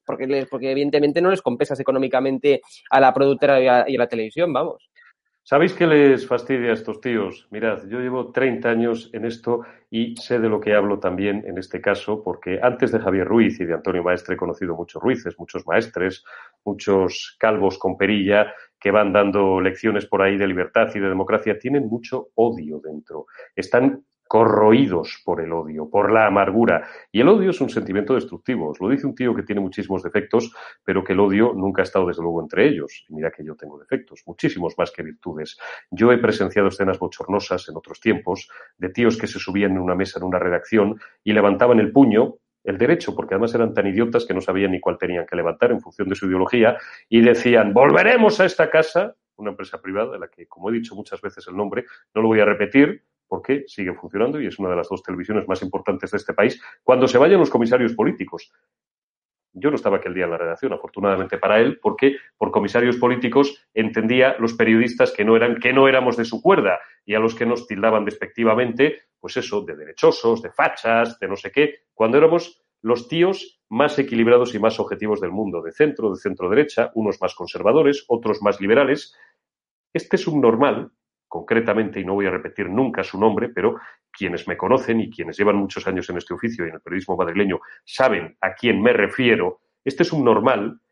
porque, les, porque evidentemente no les compensas económicamente a la productora y a, y a la televisión, vamos. ¿Sabéis qué les fastidia a estos tíos? Mirad, yo llevo treinta años en esto y sé de lo que hablo también en este caso, porque antes de Javier Ruiz y de Antonio Maestre he conocido muchos Ruices, muchos maestres, muchos calvos con perilla que van dando lecciones por ahí de libertad y de democracia. Tienen mucho odio dentro. Están corroídos por el odio, por la amargura. Y el odio es un sentimiento destructivo. Os lo dice un tío que tiene muchísimos defectos, pero que el odio nunca ha estado desde luego entre ellos. Y mira que yo tengo defectos, muchísimos más que virtudes. Yo he presenciado escenas bochornosas en otros tiempos de tíos que se subían en una mesa en una redacción y levantaban el puño, el derecho, porque además eran tan idiotas que no sabían ni cuál tenían que levantar en función de su ideología, y decían, volveremos a esta casa, una empresa privada de la que, como he dicho muchas veces el nombre, no lo voy a repetir, porque sigue funcionando y es una de las dos televisiones más importantes de este país, cuando se vayan los comisarios políticos. Yo no estaba aquel día en la redacción, afortunadamente para él, porque por comisarios políticos entendía los periodistas que no eran, que no éramos de su cuerda y a los que nos tildaban despectivamente, pues eso, de derechosos, de fachas, de no sé qué, cuando éramos los tíos más equilibrados y más objetivos del mundo, de centro, de centro-derecha, unos más conservadores, otros más liberales. Este subnormal, concretamente, y no voy a repetir nunca su nombre, pero quienes me conocen y quienes llevan muchos años en este oficio y en el periodismo madrileño saben a quién me refiero, este subnormal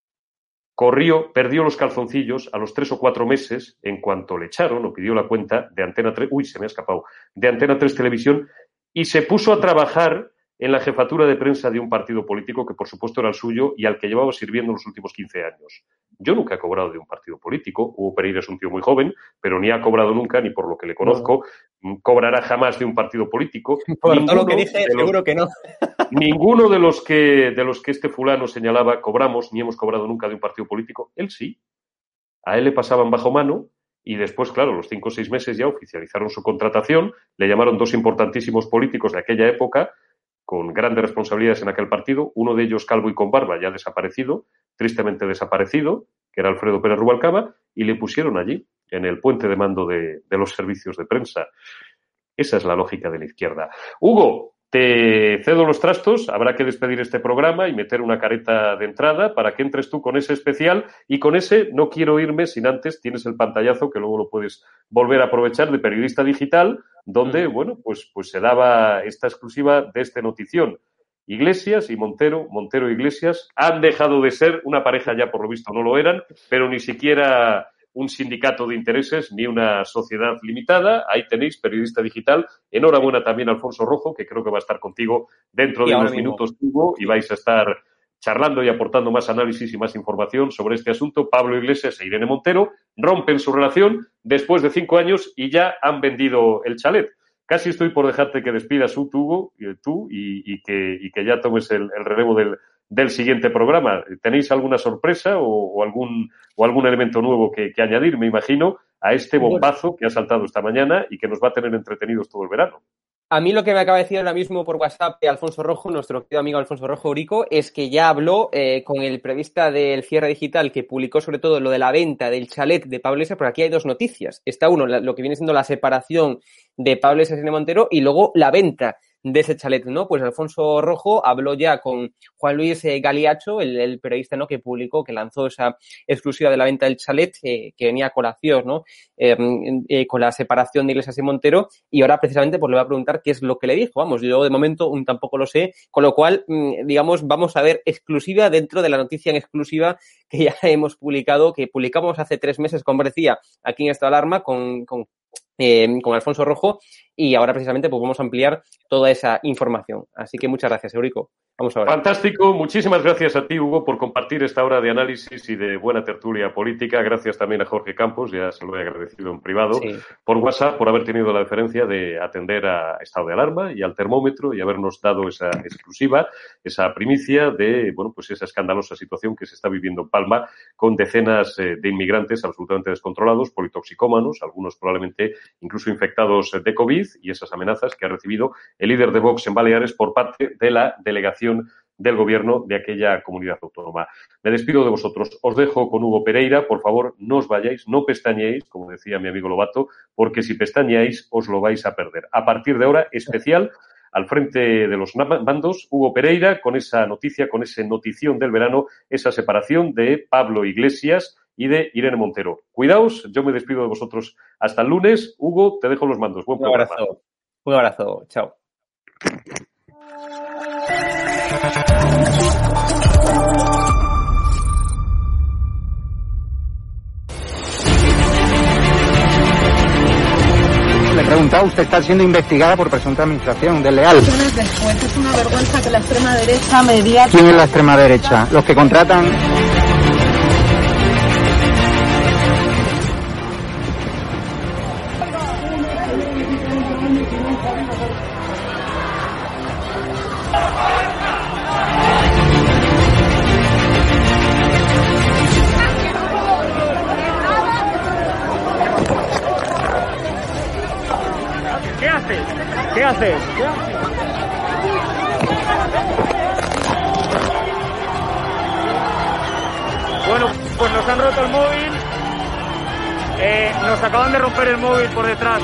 corrió, perdió los calzoncillos a los tres o cuatro meses en cuanto le echaron o pidió la cuenta de Antena tres, uy, se me ha escapado, de Antena tres Televisión y se puso a trabajar en la jefatura de prensa de un partido político que, por supuesto, era el suyo y al que llevaba sirviendo los últimos quince años. Yo nunca he cobrado de un partido político. Hugo Pereira es un tío muy joven, pero ni ha cobrado nunca, ni por lo que le conozco, no. cobrará jamás de un partido político. Por ninguno todo lo que dije, los, seguro que no. Ninguno de los que de los que este fulano señalaba cobramos, ni hemos cobrado nunca de un partido político. Él sí. A él le pasaban bajo mano y después, claro, los cinco o seis meses ya oficializaron su contratación, le llamaron dos importantísimos políticos de aquella época, con grandes responsabilidades en aquel partido, uno de ellos calvo y con barba, ya desaparecido, tristemente desaparecido, que era Alfredo Pérez Rubalcaba, y le pusieron allí, en el puente de mando de, de los servicios de prensa. Esa es la lógica de la izquierda. Hugo, te cedo los trastos, habrá que despedir este programa y meter una careta de entrada para que entres tú con ese especial, y con ese no quiero irme sin antes, tienes el pantallazo que luego lo puedes volver a aprovechar de Periodista Digital, donde, bueno, pues, pues se daba esta exclusiva de esta notición. Iglesias y Montero, Montero e Iglesias, han dejado de ser una pareja, ya por lo visto no lo eran, pero ni siquiera un sindicato de intereses ni una sociedad limitada. Ahí tenéis, Periodista Digital. Enhorabuena también a Alfonso Rojo, que creo que va a estar contigo dentro de unos minutos, Hugo, y vais a estar charlando y aportando más análisis y más información sobre este asunto. Pablo Iglesias e Irene Montero rompen su relación después de cinco años y ya han vendido el chalet. Casi estoy por dejarte que despidas tú, Hugo, tú y, y, que, y que ya tomes el, el relevo del, del siguiente programa. ¿Tenéis alguna sorpresa o, o, algún, o algún elemento nuevo que, que añadir, me imagino, a este bombazo que ha saltado esta mañana y que nos va a tener entretenidos todo el verano? A mí lo que me acaba de decir ahora mismo por WhatsApp de Alfonso Rojo, nuestro querido amigo Alfonso Rojo Urico, es que ya habló eh, con el periodista del Cierre Digital que publicó sobre todo lo de la venta del chalet de Pablo Iglesias, porque aquí hay dos noticias. Está uno, la, lo que viene siendo la separación de Pablo Iglesias y Irene Montero, y luego la venta de ese chalet, ¿no? Pues Alfonso Rojo habló ya con Juan Luis eh, Galiacho, el, el periodista, ¿no?, que publicó, que lanzó esa exclusiva de la venta del chalet, eh, que venía a colación, ¿no?, eh, eh, con la separación de Iglesias y Montero, y ahora precisamente pues le voy a preguntar qué es lo que le dijo. Vamos, yo de momento un, tampoco lo sé, con lo cual, mmm, digamos, vamos a ver exclusiva dentro de la noticia en exclusiva que ya hemos publicado, que publicamos hace tres meses, como decía, aquí en Estado de Alarma, con, con Eh, con Alfonso Rojo, y ahora precisamente pues vamos a ampliar toda esa información. Así que muchas gracias, Eurico. Vamos a ver. Fantástico. Muchísimas gracias a ti, Hugo, por compartir esta hora de análisis y de buena tertulia política. Gracias también a Jorge Campos, ya se lo he agradecido en privado, sí, por WhatsApp, por haber tenido la deferencia de atender a Estado de Alarma y al termómetro y habernos dado esa exclusiva, esa primicia de, bueno, pues esa escandalosa situación que se está viviendo en Palma con decenas eh, de inmigrantes absolutamente descontrolados, politoxicómanos, algunos probablemente incluso infectados de COVID, y esas amenazas que ha recibido el líder de Vox en Baleares por parte de la delegación del gobierno de aquella comunidad autónoma. Me despido de vosotros. Os dejo con Hugo Pereira. Por favor, no os vayáis, no pestañeéis, como decía mi amigo Lobato, porque si pestañeáis os lo vais a perder. A partir de ahora, especial al frente de los mandos, Hugo Pereira, con esa noticia, con esa notición del verano, esa separación de Pablo Iglesias y de Irene Montero. Cuidaos, yo me despido de vosotros hasta el lunes. Hugo, te dejo los mandos. Buen Un abrazo. Programa. Un abrazo. Chao. Le he preguntado, usted está siendo investigada por presunta administración desleal. Después es una vergüenza que la extrema derecha mediática... ¿Quién es la extrema derecha? Los que contratan... ¿Qué haces? ¿Qué haces? ¿Qué haces? Bueno, pues nos han roto el móvil. Eh, nos acaban de romper el móvil por detrás.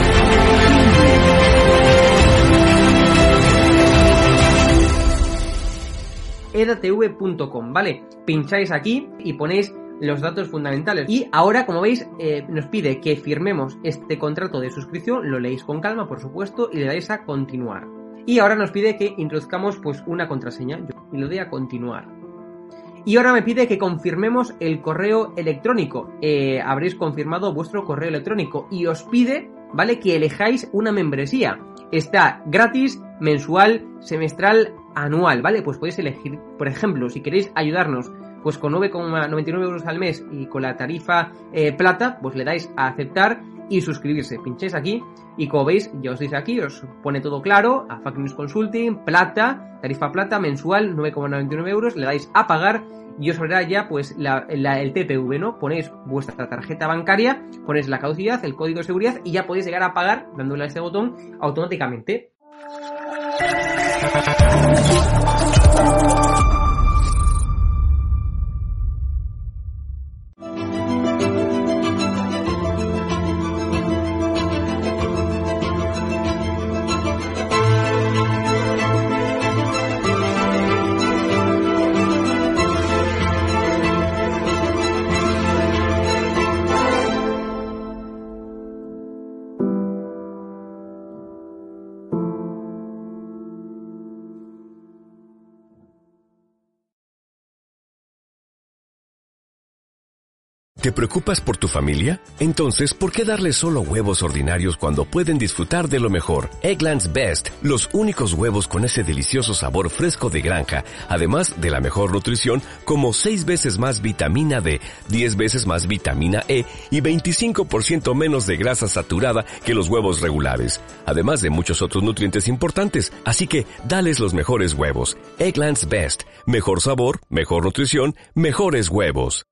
edatv punto com, ¿vale? Pincháis aquí y ponéis los datos fundamentales. Y ahora, como veis, eh, nos pide que firmemos este contrato de suscripción, lo leéis con calma, por supuesto, y le dais a continuar. Y ahora nos pide que introduzcamos pues una contraseña, yo, y lo doy a continuar. Y ahora me pide que confirmemos el correo electrónico. Eh, habréis confirmado vuestro correo electrónico y os pide, ¿vale?, que elijáis una membresía. Está gratis, mensual, semestral, anual, ¿vale? Pues podéis elegir, por ejemplo, si queréis ayudarnos pues con nueve coma noventa y nueve euros al mes y con la tarifa eh, plata, pues le dais a aceptar y suscribirse. Pincháis aquí y como veis, ya os dice aquí, os pone todo claro, a Fact News Consulting, plata, tarifa plata, mensual, nueve coma noventa y nueve euros, le dais a pagar y os verá ya pues la, la, el T P V, ¿no? Ponéis vuestra tarjeta bancaria, ponéis la caducidad, el código de seguridad y ya podéis llegar a pagar dándole a este botón automáticamente. ¿Te preocupas por tu familia? Entonces, ¿por qué darles solo huevos ordinarios cuando pueden disfrutar de lo mejor? Eggland's Best, los únicos huevos con ese delicioso sabor fresco de granja, además de la mejor nutrición, como seis veces más vitamina D, diez veces más vitamina E y veinticinco por ciento menos de grasa saturada que los huevos regulares, además de muchos otros nutrientes importantes. Así que, dales los mejores huevos. Eggland's Best, mejor sabor, mejor nutrición, mejores huevos.